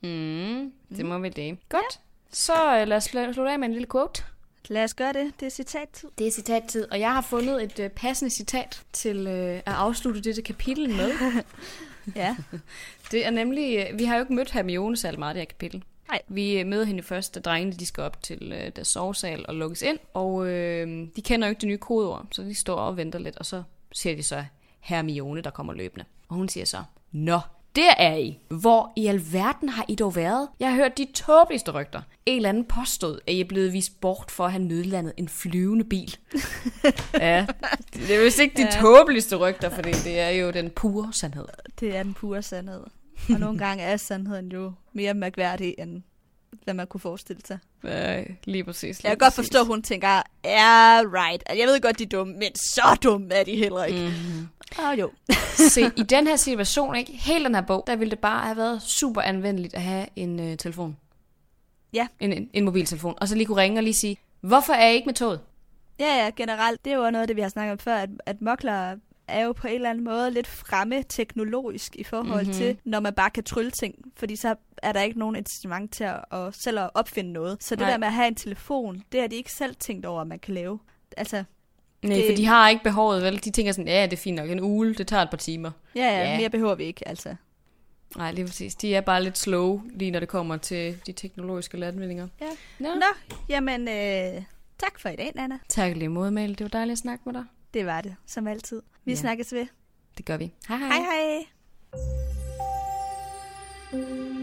Det må vi det. Godt. Ja. Så lad os slutte af med en lille quote. Lad os gøre det. Det er citattid. Det er citattid, og jeg har fundet et passende citat til at afslutte dette kapitel med. Ja. Det er nemlig, vi har jo ikke mødt Hermione særlig meget i det her kapitel. Nej. Vi møder hende først, da drengene de skal op til deres sovesal og lukkes ind, og de kender jo ikke det nye kodeord, så de står og venter lidt, og så ser de så Hermione, der kommer løbende. Og hun siger så, nå, der er I. Hvor i alverden har I dog været? Jeg har hørt de tåbeligste rygter. En eller anden påstod, at I er blevet vist bort for at have nødlandet en flyvende bil. Ja, det er vist ikke de tåbeligste rygter, for det er jo den pure sandhed. Det er den pure sandhed. Og nogle gange er sandheden jo mere mærkværdig, end hvad man kunne forestille sig. Lige præcis. Jeg kan godt forstå, at hun tænker, right. Jeg ved godt, de er dumme, men så dumme er de heller ikke. Jo. Se, i den her situation, ikke? Hele den her bog, der ville det bare have været super anvendeligt at have en telefon. Ja. En mobiltelefon. Og så lige kunne ringe og lige sige, hvorfor er I ikke med toget? Ja, generelt. Det er jo noget af det, vi har snakket om før, at mokler er jo på en eller anden måde lidt fremme teknologisk i forhold til, når man bare kan trylle ting. Fordi så er der ikke nogen incitament til at selv at opfinde noget. Så det der med at have en telefon, det er de ikke selv tænkt over, at man kan lave. Altså, nej, for de har ikke behovet, vel? De tænker sådan, ja, det er fint nok. En uge, det tager et par timer. Ja, mere behøver vi ikke, altså. Nej, lige præcis. De er bare lidt slow, lige når det kommer til de teknologiske landvindinger. Ja. Nå, jamen, tak for i dag, Nana. Tak lige måde, Mel. Det var dejligt at snakke med dig. Det var det, som altid. Vi snakkes ved. Det gør vi. Hej hej. Hej hej.